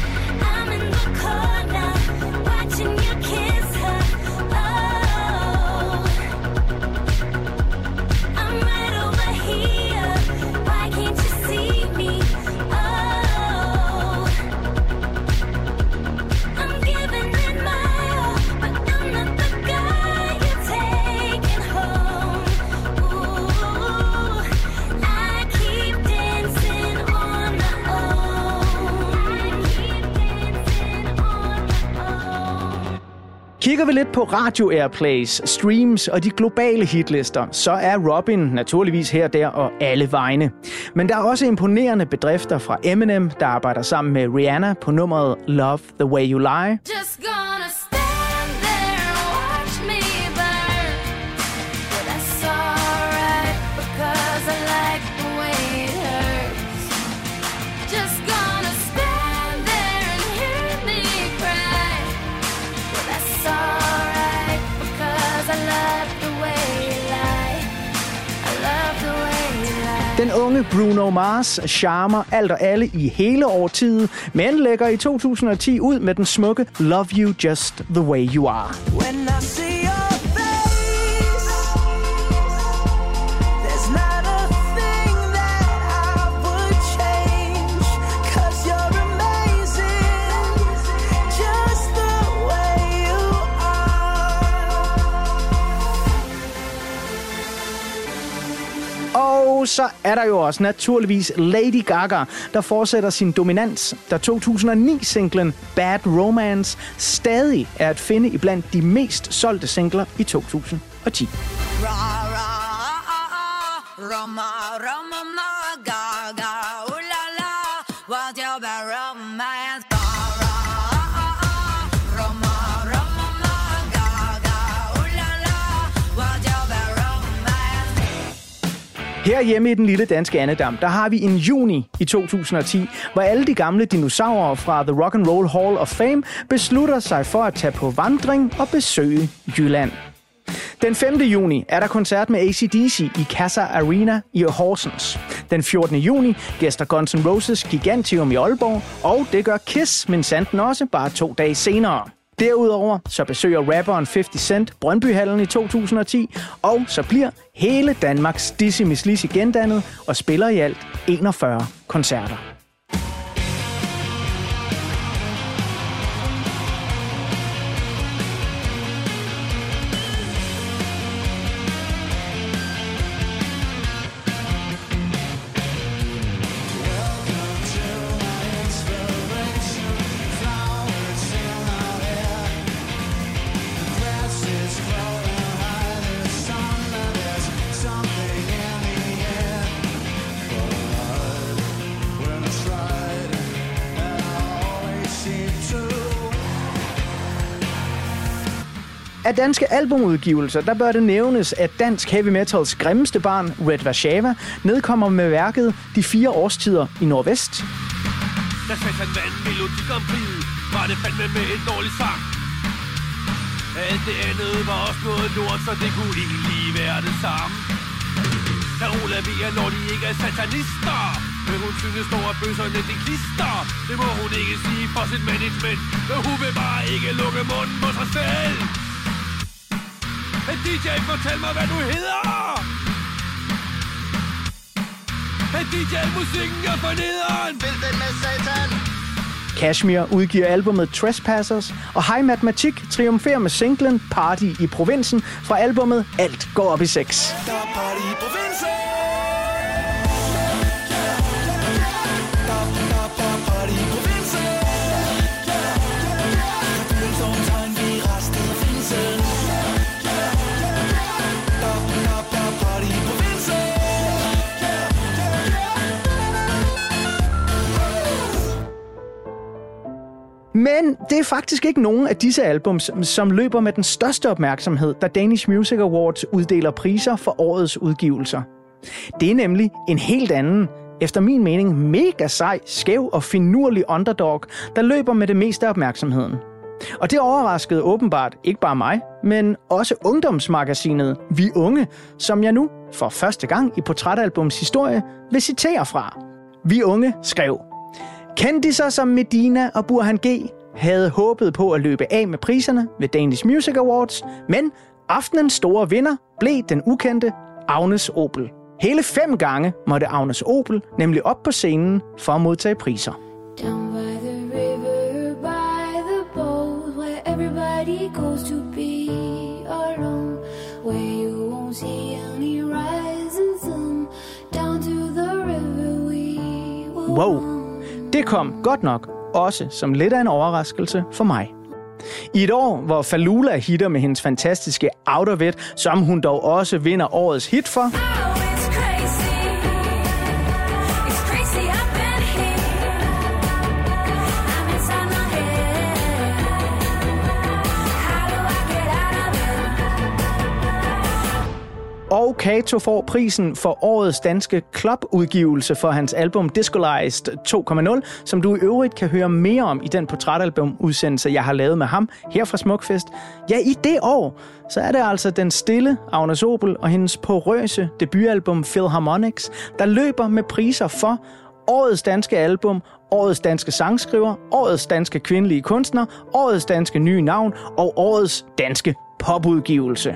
[SPEAKER 3] Kigger vi lidt på radio airplays, streams og de globale hitlister, så er Robyn naturligvis her, der og alle vegne. Men der er også imponerende bedrifter fra Eminem, der arbejder sammen med Rihanna på nummeret Love the Way You Lie.
[SPEAKER 12] Just gonna stand there and watch me burn. But that's alright because I like the way it hurts. Just gonna stand there and hear me cry. But that's alright because I love the way you lie. I love the way you lie.
[SPEAKER 3] Den unge Bruno Mars charmer alt og alle i hele årtiet, men lægger i to tusind og ti ud med den smukke Love You Just The Way You Are.
[SPEAKER 11] When I see your face, there's not a thing that I would change, 'cause you're amazing, just the way you
[SPEAKER 3] are. Og så er der jo også naturligvis Lady Gaga, der fortsætter sin dominans, da to tusind og ni-singlen Bad Romance stadig er at finde iblandt de mest solgte singler i to tusind og ti. Her hjemme i den lille danske andedam, der har vi en juni i to tusind og ti, hvor alle de gamle dinosaurer fra The Rock and Roll Hall of Fame beslutter sig for at tage på vandring og besøge Jylland. Den femte juni er der koncert med A C D C i Casa Arena i Horsens. Den fjortende juni gæster Guns N' Roses Gigantium i Aalborg, og det gør Kiss minsandten også bare to dage senere. Derudover så besøger rapperen halvtreds Cent Brøndbyhallen i to tusind og ti, og så bliver hele Danmarks Dizzy Miss Lizzy gendannet og spiller i alt enogfyrre koncerter. Af danske albumudgivelser, der bør det nævnes, at dansk heavy metals grimmeste barn, Red Warszawa, nedkommer med værket De Fire Årstider i Nordvest.
[SPEAKER 13] Da satan vandt Melodi Grand Prix, var det fandme med en dårlig sang. Alt det andet var også noget lort, så det kunne egentlig være det samme. Der ruller vi er, når de ikke er satanister. Men hun synes, store bøsserne de klister. Det må hun ikke sige for sit management. Men hun vil bare ikke lukke munden på sig selv. Hey D J, fortæl mig, hvad du hedder. Hey D J, musikken er for nederen. Vil den med satan.
[SPEAKER 3] Kashmir udgiver albumet Trespassers, og High Mathematic triumferer med singlen Party i Provinsen fra albumet Alt går op i sex. Men det er faktisk ikke nogen af disse albums, som løber med den største opmærksomhed, da Danish Music Awards uddeler priser for årets udgivelser. Det er nemlig en helt anden, efter min mening mega sej, skæv og finurlig underdog, der løber med det meste af opmærksomheden. Og det overraskede åbenbart ikke bare mig, men også ungdomsmagasinet Vi Unge, som jeg nu for første gang i Portrætalbums historie vil citere fra. Vi Unge skrev: Kendiser som Medina og Burhan G havde håbet på at løbe af med priserne ved Danish Music Awards, men aftenens store vinder blev den ukendte Agnes Obel. Hele fem gange måtte Agnes Obel nemlig op på scenen for at modtage priser.
[SPEAKER 12] Down by the river, by the boat, where everybody goes to be alone, where you won't see any rising sun, down to the river we will
[SPEAKER 3] Wow. Det kom godt nok også som lidt af en overraskelse for mig. I et år, hvor Falula hitter med hendes fantastiske Out of It, som hun dog også vinder årets hit for, og Kato får prisen for årets danske clubudgivelse for hans album Discolized to punkt nul, som du i øvrigt kan høre mere om i den portrætalbum-udsendelse, jeg har lavet med ham her fra Smukfest. Ja, i det år, så er det altså den stille Agnes Obel og hendes porøse debutalbum Philharmonics, der løber med priser for årets danske album, årets danske sangskriver, årets danske kvindelige kunstner, årets danske nye navn og årets danske popudgivelse.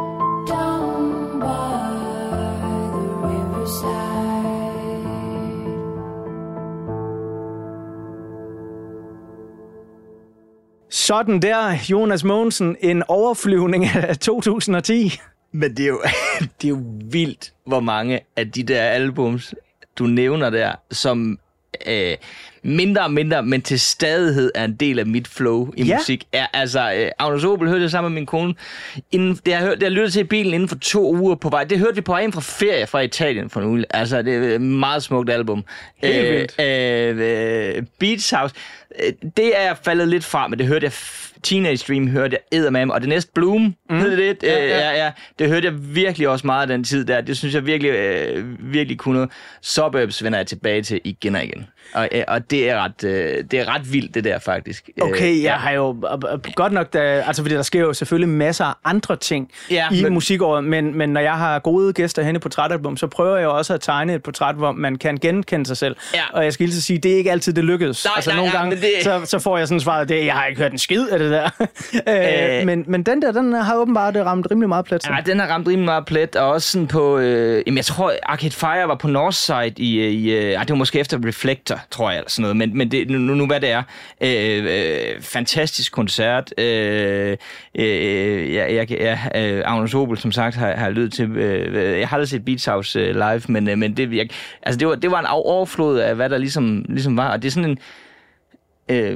[SPEAKER 3] Sådan der, Jonas Mogensen, en overflyvning af to tusind og ti.
[SPEAKER 2] Men det er, jo, det er jo vildt, hvor mange af de der albums, du nævner der, som øh, mindre og mindre, men til stadighed er en del af mit flow i
[SPEAKER 3] ja.
[SPEAKER 2] musik. Er, altså, øh, Agnes Obel hørte jeg sammen med min kone. Inden, det har jeg lyttet til i bilen inden for to uger på vej. Det hørte vi på vej ind fra ferie fra Italien for en uge. Altså, det er et meget smukt album.
[SPEAKER 3] Helt vildt.
[SPEAKER 2] Øh, øh, Beach House. Det er jeg faldet lidt fra, men det hørte jeg Teenage Dream hørte jeg eddermame, og det næste Bloom, mm. hed det lidt, ja, ja. Ja, ja, det hørte jeg virkelig også meget af den tid der. Det synes jeg virkelig, øh, virkelig kunne noget. Suburbs vender jeg tilbage til igen og igen. Og, og det, er ret, øh, det er ret vildt, det der faktisk.
[SPEAKER 3] Okay, jeg ja. har jo godt nok, da, altså fordi der sker jo selvfølgelig masser af andre ting ja, i men, musikåret, men, men når jeg har gode gæster henne i Portrætalbum, så prøver jeg jo også at tegne et portræt, hvor man kan genkende sig selv. Ja. Og jeg skal lige så sige, det er ikke altid, det lykkedes. Nej, altså nej, nogle ja, gange, det... så, så får jeg sådan svaret, det jeg har ikke hørt en skid af det der. øh, men, men den der, den har åbenbart ramt rimelig meget plet.
[SPEAKER 2] Ja, den har ramt rimelig meget plet, og også sådan på, øh, jamen jeg tror, Arcade Fire var på Northside i, i øh, det var måske efter Reflector, tror jeg, eller sådan noget, men, men det, nu, nu hvad det er. Øh, øh, fantastisk koncert. Øh, øh, ja, jeg, ja, øh, Agnes Obel, som sagt, har, har lyttet til, øh, jeg har aldrig set Beach House øh, live, men, øh, men det, jeg, altså det, var, det var en overflod af, hvad der ligesom, ligesom var, og det er sådan en, øh,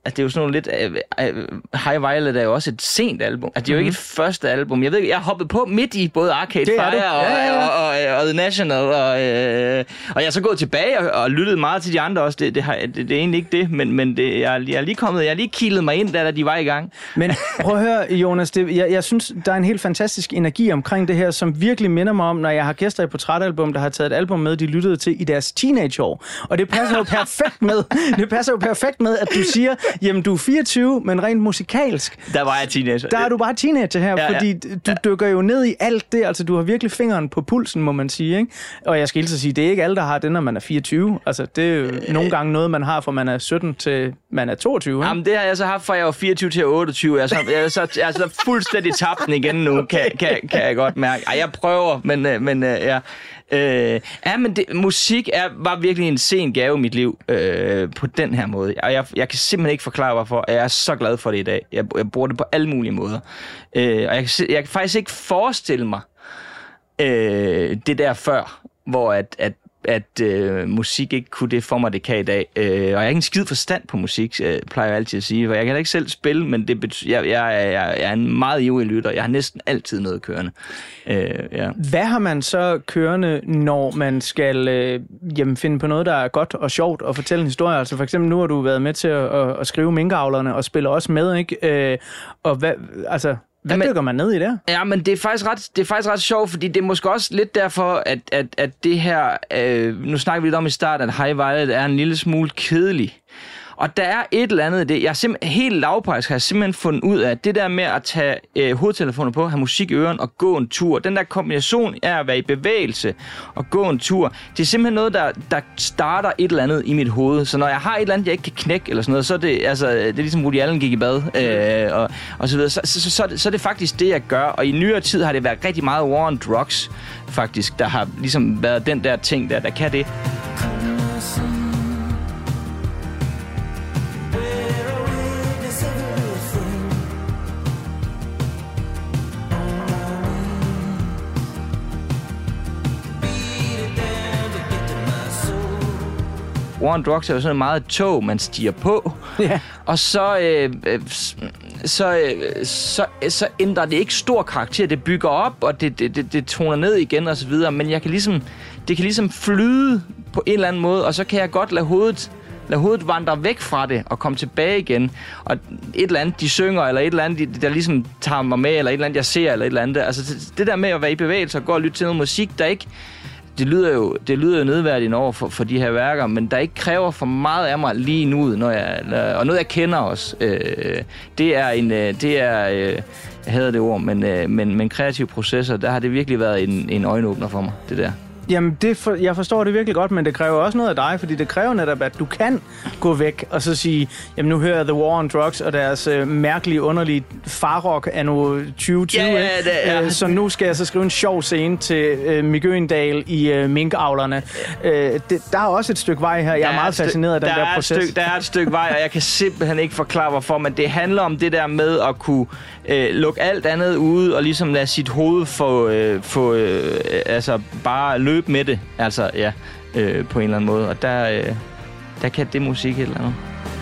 [SPEAKER 2] at det er jo sådan nogle lidt... Uh, uh, High Violet er jo også et sent album. Altså, det er jo ikke et første album. Jeg ved jeg har hoppet på midt i både Arcade Fire og, ja, ja. Og, og, og, og The National, og, uh, og jeg er så gået tilbage og, og lyttet meget til de andre også. Det, det, har, det, det er egentlig ikke det, men, men det, jeg, jeg er lige kommet, jeg er lige kilet mig ind, da, da de var i gang.
[SPEAKER 3] Men prøv at høre, Jonas, det, jeg, jeg synes, der er en helt fantastisk energi omkring det her, som virkelig minder mig om, når jeg har gæster i Portrætalbum, der har taget et album med, de lyttede til i deres teenageår. Og det passer jo perfekt med, det passer jo perfekt med, at du siger, jamen du er fireogtyve, men rent musikalsk.
[SPEAKER 2] Der var jeg teenager.
[SPEAKER 3] Der er du bare teenager her, ja, ja. fordi du ja. dykker jo ned i alt det. Altså, du har virkelig fingeren på pulsen, må man sige, ikke? Og jeg skal hilse at sige, det er ikke alle, der har det, når man er fireogtyve. Altså, det er jo øh, nogle gange noget, man har, fra man er sytten til man er toogtyve. Ikke?
[SPEAKER 2] Jamen, det har jeg så haft, fra jeg var fireogtyve til otteogtyve. Jeg er så, jeg er så, jeg er så fuldstændig tabt den igen nu, okay. kan, kan, kan jeg godt mærke. Ej, jeg prøver, men, men ja... Øh, ja, men det, musik er, var virkelig en sen gave i mit liv øh, på den her måde. Og jeg, jeg kan simpelthen ikke forklare, hvorfor. Jeg er så glad for det i dag. Jeg, jeg bruger det på alle mulige måder. Øh, og jeg, jeg kan faktisk ikke forestille mig øh, det der før, hvor at, at at øh, musik ikke kunne det for mig, det kan i dag. Øh, og jeg har ikke en skid forstand på musik, øh, plejer jeg altid at sige. For jeg kan da ikke selv spille, men det betyder, jeg, jeg, jeg, jeg er en meget ivrig lytter. Jeg har næsten altid noget kørende. Øh, ja.
[SPEAKER 3] Hvad har man så kørende, når man skal øh, jamen, finde på noget, der er godt og sjovt og fortælle en historie? Altså for eksempel, nu har du været med til at, at, at skrive Minkavlerne og spille også med, ikke? Øh, og hvad, altså... Hvad Jamen, dykker man ned i der?
[SPEAKER 2] Ja, men det er faktisk ret, det er faktisk ret sjovt, fordi det er måske også lidt derfor, at, at, at det her... Øh, nu snakker vi lidt om i starten, at High Violet er en lille smule kedelig. Og der er et eller andet i det. Jeg er simpelthen helt lavpræs, har jeg simpelthen fundet ud af, det der med at tage øh, hovedtelefoner på, have musik i øren og gå en tur. Den der kombination af at være i bevægelse og gå en tur, det er simpelthen noget, der, der starter et eller andet i mit hoved. Så når jeg har et eller andet, jeg ikke kan knække eller sådan noget, så er det, altså, det er ligesom Woody Allen gik i bad øh, og, og så videre. Så, så, så, så, så er det faktisk det, jeg gør. Og i nyere tid har det været rigtig meget war on drugs, faktisk, der har ligesom været den der ting, der, der kan det. War on drugs er jo sådan meget et tog, man stiger på, yeah. og så, øh, så, øh, så, så ændrer det ikke stor karakter. Det bygger op, og det, det, det, det toner ned igen og så videre, men jeg kan ligesom, det kan ligesom flyde på en eller anden måde, og så kan jeg godt lade hovedet, lade hovedet vandre væk fra det og komme tilbage igen. Og et eller andet, de synger, eller et eller andet, der ligesom tager mig med, eller et eller andet, jeg ser, eller et eller andet. Altså det der med at være i bevægelse og gå og lytte til noget musik, der ikke... Det lyder jo, det lyder jo nedværdigt over for, for de her værker, men der ikke kræver for meget af mig lige nu, når jeg, og noget jeg kender også. Øh, det er en, det er, øh, jeg hader det ord, men, øh, men, men kreative processer, der har det virkelig været en, en øjenåbner for mig, det der.
[SPEAKER 3] Jamen, det for, jeg forstår det virkelig godt, men det kræver også noget af dig, fordi det kræver netop, at du kan gå væk og så sige, jamen nu hører jeg The War on Drugs og deres øh, mærkelige, underlige farrock anno tyve tyve,
[SPEAKER 2] ja, ja, det, ja.
[SPEAKER 3] øh, så nu skal jeg så skrive en sjov scene til øh, Mick Øgendahl i øh, Minkavlerne. Øh, det, der er også et stykke vej her. Jeg er, er meget fascineret af den der, der proces.
[SPEAKER 2] Stykke, der er et stykke vej, og jeg kan simpelthen ikke forklare, hvorfor, men det handler om det der med at kunne øh, lukke alt andet ude og ligesom lade sit hoved få, øh, få øh, altså bare løbe med det, altså ja, øh, på en eller anden måde. Og der, øh, der kan det musik et eller andet.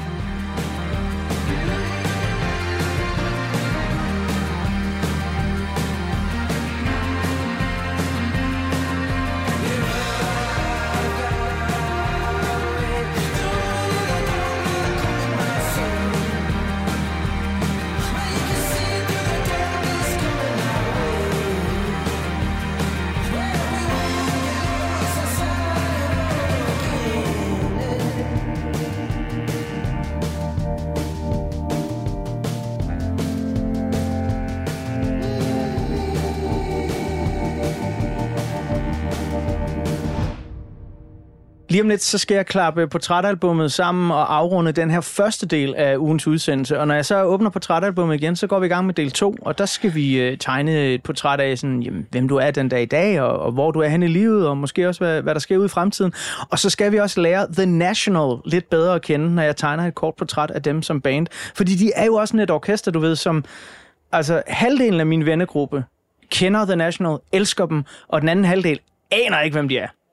[SPEAKER 3] Lige om lidt, så skal jeg klappe portrætalbummet sammen og afrunde den her første del af ugens udsendelse. Og når jeg så åbner portrætalbummet igen, så går vi i gang med del to, og der skal vi uh, tegne et portræt af, sådan, jamen, hvem du er den dag i dag, og, og hvor du er hen i livet, og måske også, hvad, hvad der sker ude i fremtiden. Og så skal vi også lære The National lidt bedre at kende, når jeg tegner et kort portræt af dem som band. Fordi de er jo også sådan et orkester, du ved, som altså halvdelen af min vennegruppe kender The National, elsker dem, og den anden halvdel aner ikke, hvem de er.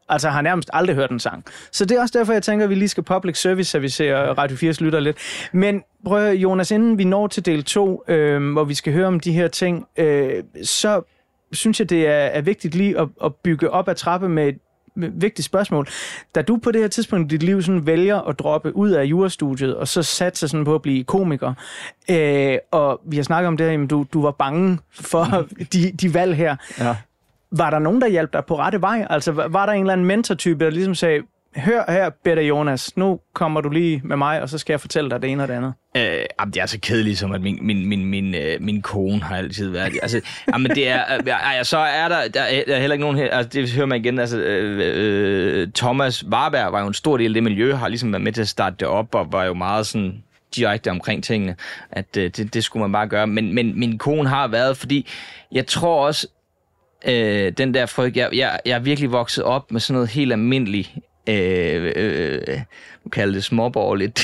[SPEAKER 3] Altså har nærmest aldrig hørt en sang. Så det er også derfor, jeg tænker, at vi lige skal public service-servicere Radio firs lytter lidt. Men prøv Jonas, inden vi når til del to, øh, hvor vi skal høre om de her ting, øh, så synes jeg, det er, er vigtigt lige at, at bygge op ad trappe med et vigtigt spørgsmål. Da du på det her tidspunkt i dit liv sådan vælger at droppe ud af jurastudiet, og så satser sådan på at blive komiker, øh, og vi har snakket om det her, jamen, du, du var bange for de, de valg her. Ja. Var der nogen, der hjalp dig på rette vej? Altså var der en eller anden mentortype, der ligesom sagde, hør her, Peter Jonas, nu kommer du lige med mig, og så skal jeg fortælle dig det ene og det andet.
[SPEAKER 2] Øh, jamen, det er så kedeligt, som at min, min, min, min, øh, min kone har altid været. Altså, jamen, det er, øh, så er der, der er, der er heller ikke nogen her, altså det hører man igen, altså øh, øh, Thomas Warberg var jo en stor del af det miljø, har ligesom været med til at starte det op, og var jo meget sådan direkte omkring tingene, at øh, det, det skulle man bare gøre. Men, men min kone har været, fordi jeg tror også, øh, den der frygt, jeg, jeg, jeg er virkelig vokset op med sådan noget helt almindeligt, Øh, øh, nu kalder det småborgerligt.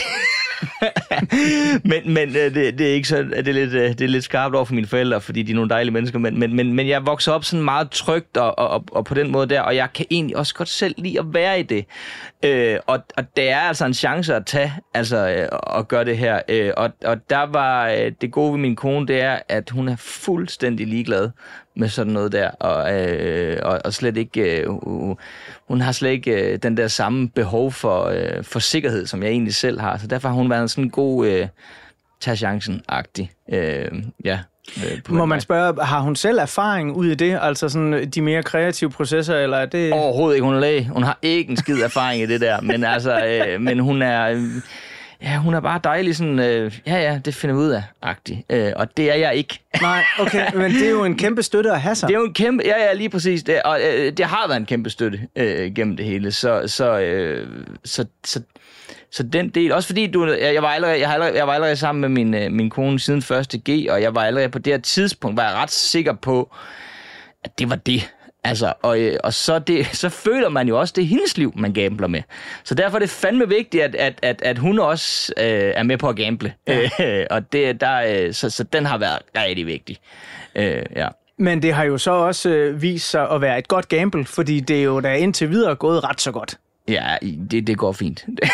[SPEAKER 2] men men øh, det, det er ikke så, det er lidt, øh, det er lidt skarpt over for mine forældre, fordi de er nogle dejlige mennesker, men, men, men, men jeg vokser op sådan meget trygt og, og, og på den måde der, og jeg kan egentlig også godt selv lide at være i det. Øh, og, og det er altså en chance at tage, altså øh, at gøre det her. Øh, og, og der var øh, det gode ved min kone, det er, at hun er fuldstændig ligeglad med sådan noget der, og, øh, og, og slet ikke, øh, hun har slet ikke øh, den der samme behov for, øh, for sikkerhed, som jeg egentlig selv har. Så derfor har hun været sådan en god øh, tag chancen-agtig. Øh, ja, øh,
[SPEAKER 3] Må man spørge, har hun selv erfaring ud i det, altså sådan de mere kreative processer, eller er det...
[SPEAKER 2] Overhovedet ikke, hun er læge. Hun har ikke en skid erfaring i det der, men altså, øh, men hun er... Øh, Ja, hun er bare dejlig sådan, øh, ja, ja, det finder vi ud af, agtig. Øh, og det er jeg ikke.
[SPEAKER 3] Nej, okay, men det er jo en kæmpe støtte at have sig.
[SPEAKER 2] Det er jo en kæmpe, ja, ja, lige præcis. Det, og øh, det har været en kæmpe støtte øh, gennem det hele. Så, så, øh, så, så, så den del, også fordi du, jeg var allerede, jeg, allerede, jeg var allerede sammen med min, øh, min kone siden første G, og jeg var allerede på det her tidspunkt, var jeg ret sikker på, at det var det. Altså, og, og så, det, så føler man jo også, det er hendes liv, man gambler med. Så derfor er det fandme vigtigt, at, at, at, at hun også øh, er med på at gamble. Ja. og det, der, så, så den har været rigtig vigtig. Øh, ja.
[SPEAKER 3] Men det har jo så også øh, vist sig at være et godt gamble, fordi det er jo da indtil videre gået ret så godt.
[SPEAKER 2] Ja, det, det går fint.
[SPEAKER 3] det,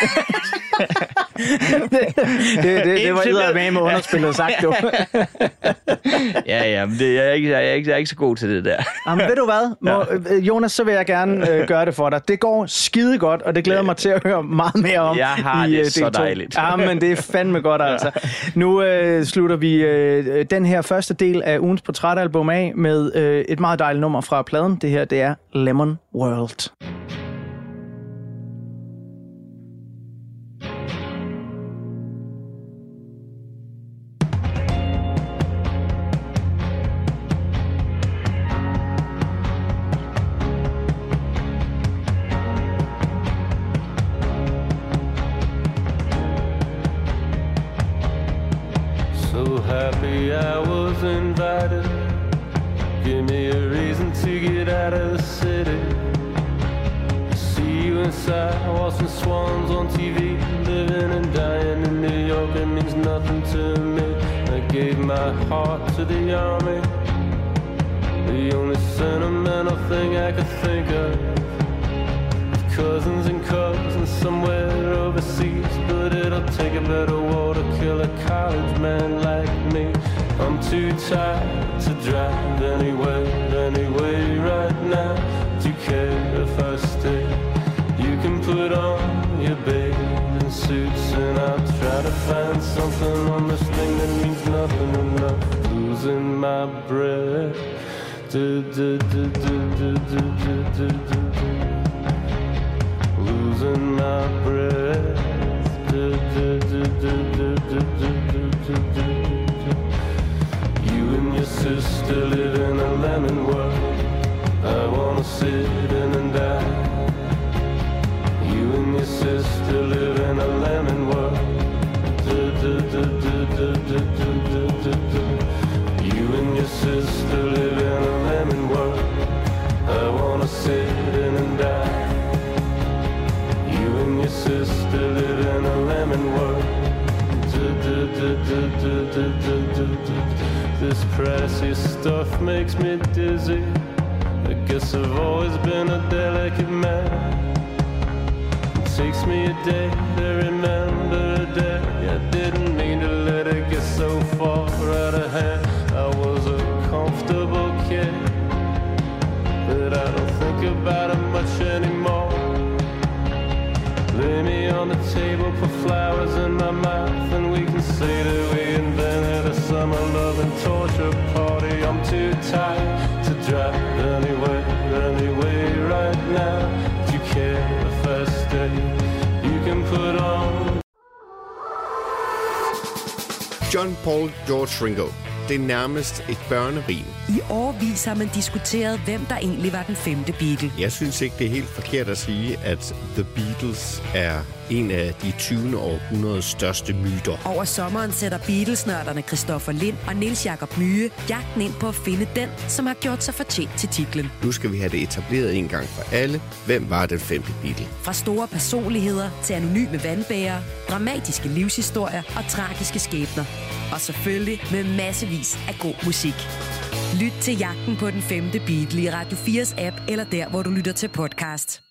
[SPEAKER 3] det, det, det var idder med med underspillet sagt, jo.
[SPEAKER 2] ja, ja, men det, jeg, er ikke, jeg, er ikke, jeg er ikke så god til det der.
[SPEAKER 3] Jamen, ved du hvad, Må, Jonas, så vil jeg gerne øh, gøre det for dig. Det går skide godt, og det glæder mig til at høre meget mere om.
[SPEAKER 2] Jeg har
[SPEAKER 3] i,
[SPEAKER 2] det
[SPEAKER 3] øh,
[SPEAKER 2] så dejligt.
[SPEAKER 3] Ja, men det er fandme godt, altså. Nu øh, slutter vi øh, den her første del af ugens portrætalbum af med øh, et meget dejligt nummer fra pladen. Det her, det er Lemon World.
[SPEAKER 4] Happy I was invited. Give me a reason to get out of the city. See you inside, watching swans on T V. Living and dying in New York, it means nothing to me. I gave my heart to the army. The only sentimental thing I could think of. Cousins and cousins somewhere overseas, but it'll take a better war to kill a college man like me. I'm too tired to drive anywhere, anyway right now to care if I stay. You can put on your bathing suits and I'll try to find something on this thing that means nothing enough. Losing my breath. Du, du, du, du, du, du, du, du, du. Losing my breath. Du, du, du, du, du, du, du, du, du. You and your sister live in a lemon world. I wanna sit in and die. You and your sister live in a lemon world. Du, du, du, du, du, du, du, du, du. You and your sister live in a lemon world. I wanna sit in and die. Your sister live in a lemon world. Du, du, du, du, du, du, du, du, du. This pricey stuff makes me dizzy. I Guess I've always been a delicate man. It takes me a day to remember a day I didn't mean to let it get so far out of hand. I was a comfortable kid, but I don't think about it much anymore. Lay me on the table, put flowers in my mouth, and we can say that we invented a summer love and torture party. I'm too tired to drive anywhere, anyway right now. Do you care if I stay? You can put on.
[SPEAKER 14] John Paul George Ringo. Det er nærmest et børnerim.
[SPEAKER 1] I årevis har man diskuteret, hvem der egentlig var den femte Beatle.
[SPEAKER 14] Jeg synes ikke, det er helt forkert at sige, at The Beatles er en af de tyvende århundredes største myter.
[SPEAKER 1] Over sommeren sætter Beatles-nørderne Christoffer Lind og Niels Jakob Myhe jagten ind på at finde den, som har gjort sig fortjent til titlen.
[SPEAKER 14] Nu skal vi have det etableret en gang for alle. Hvem var den femte Beatle?
[SPEAKER 1] Fra store personligheder til anonyme vandbærere, dramatiske livshistorier og tragiske skæbner. Og selvfølgelig med massevis af god musik. Lyt til Jagten på den femte Beatle i Radio fires app eller der, hvor du lytter til podcast.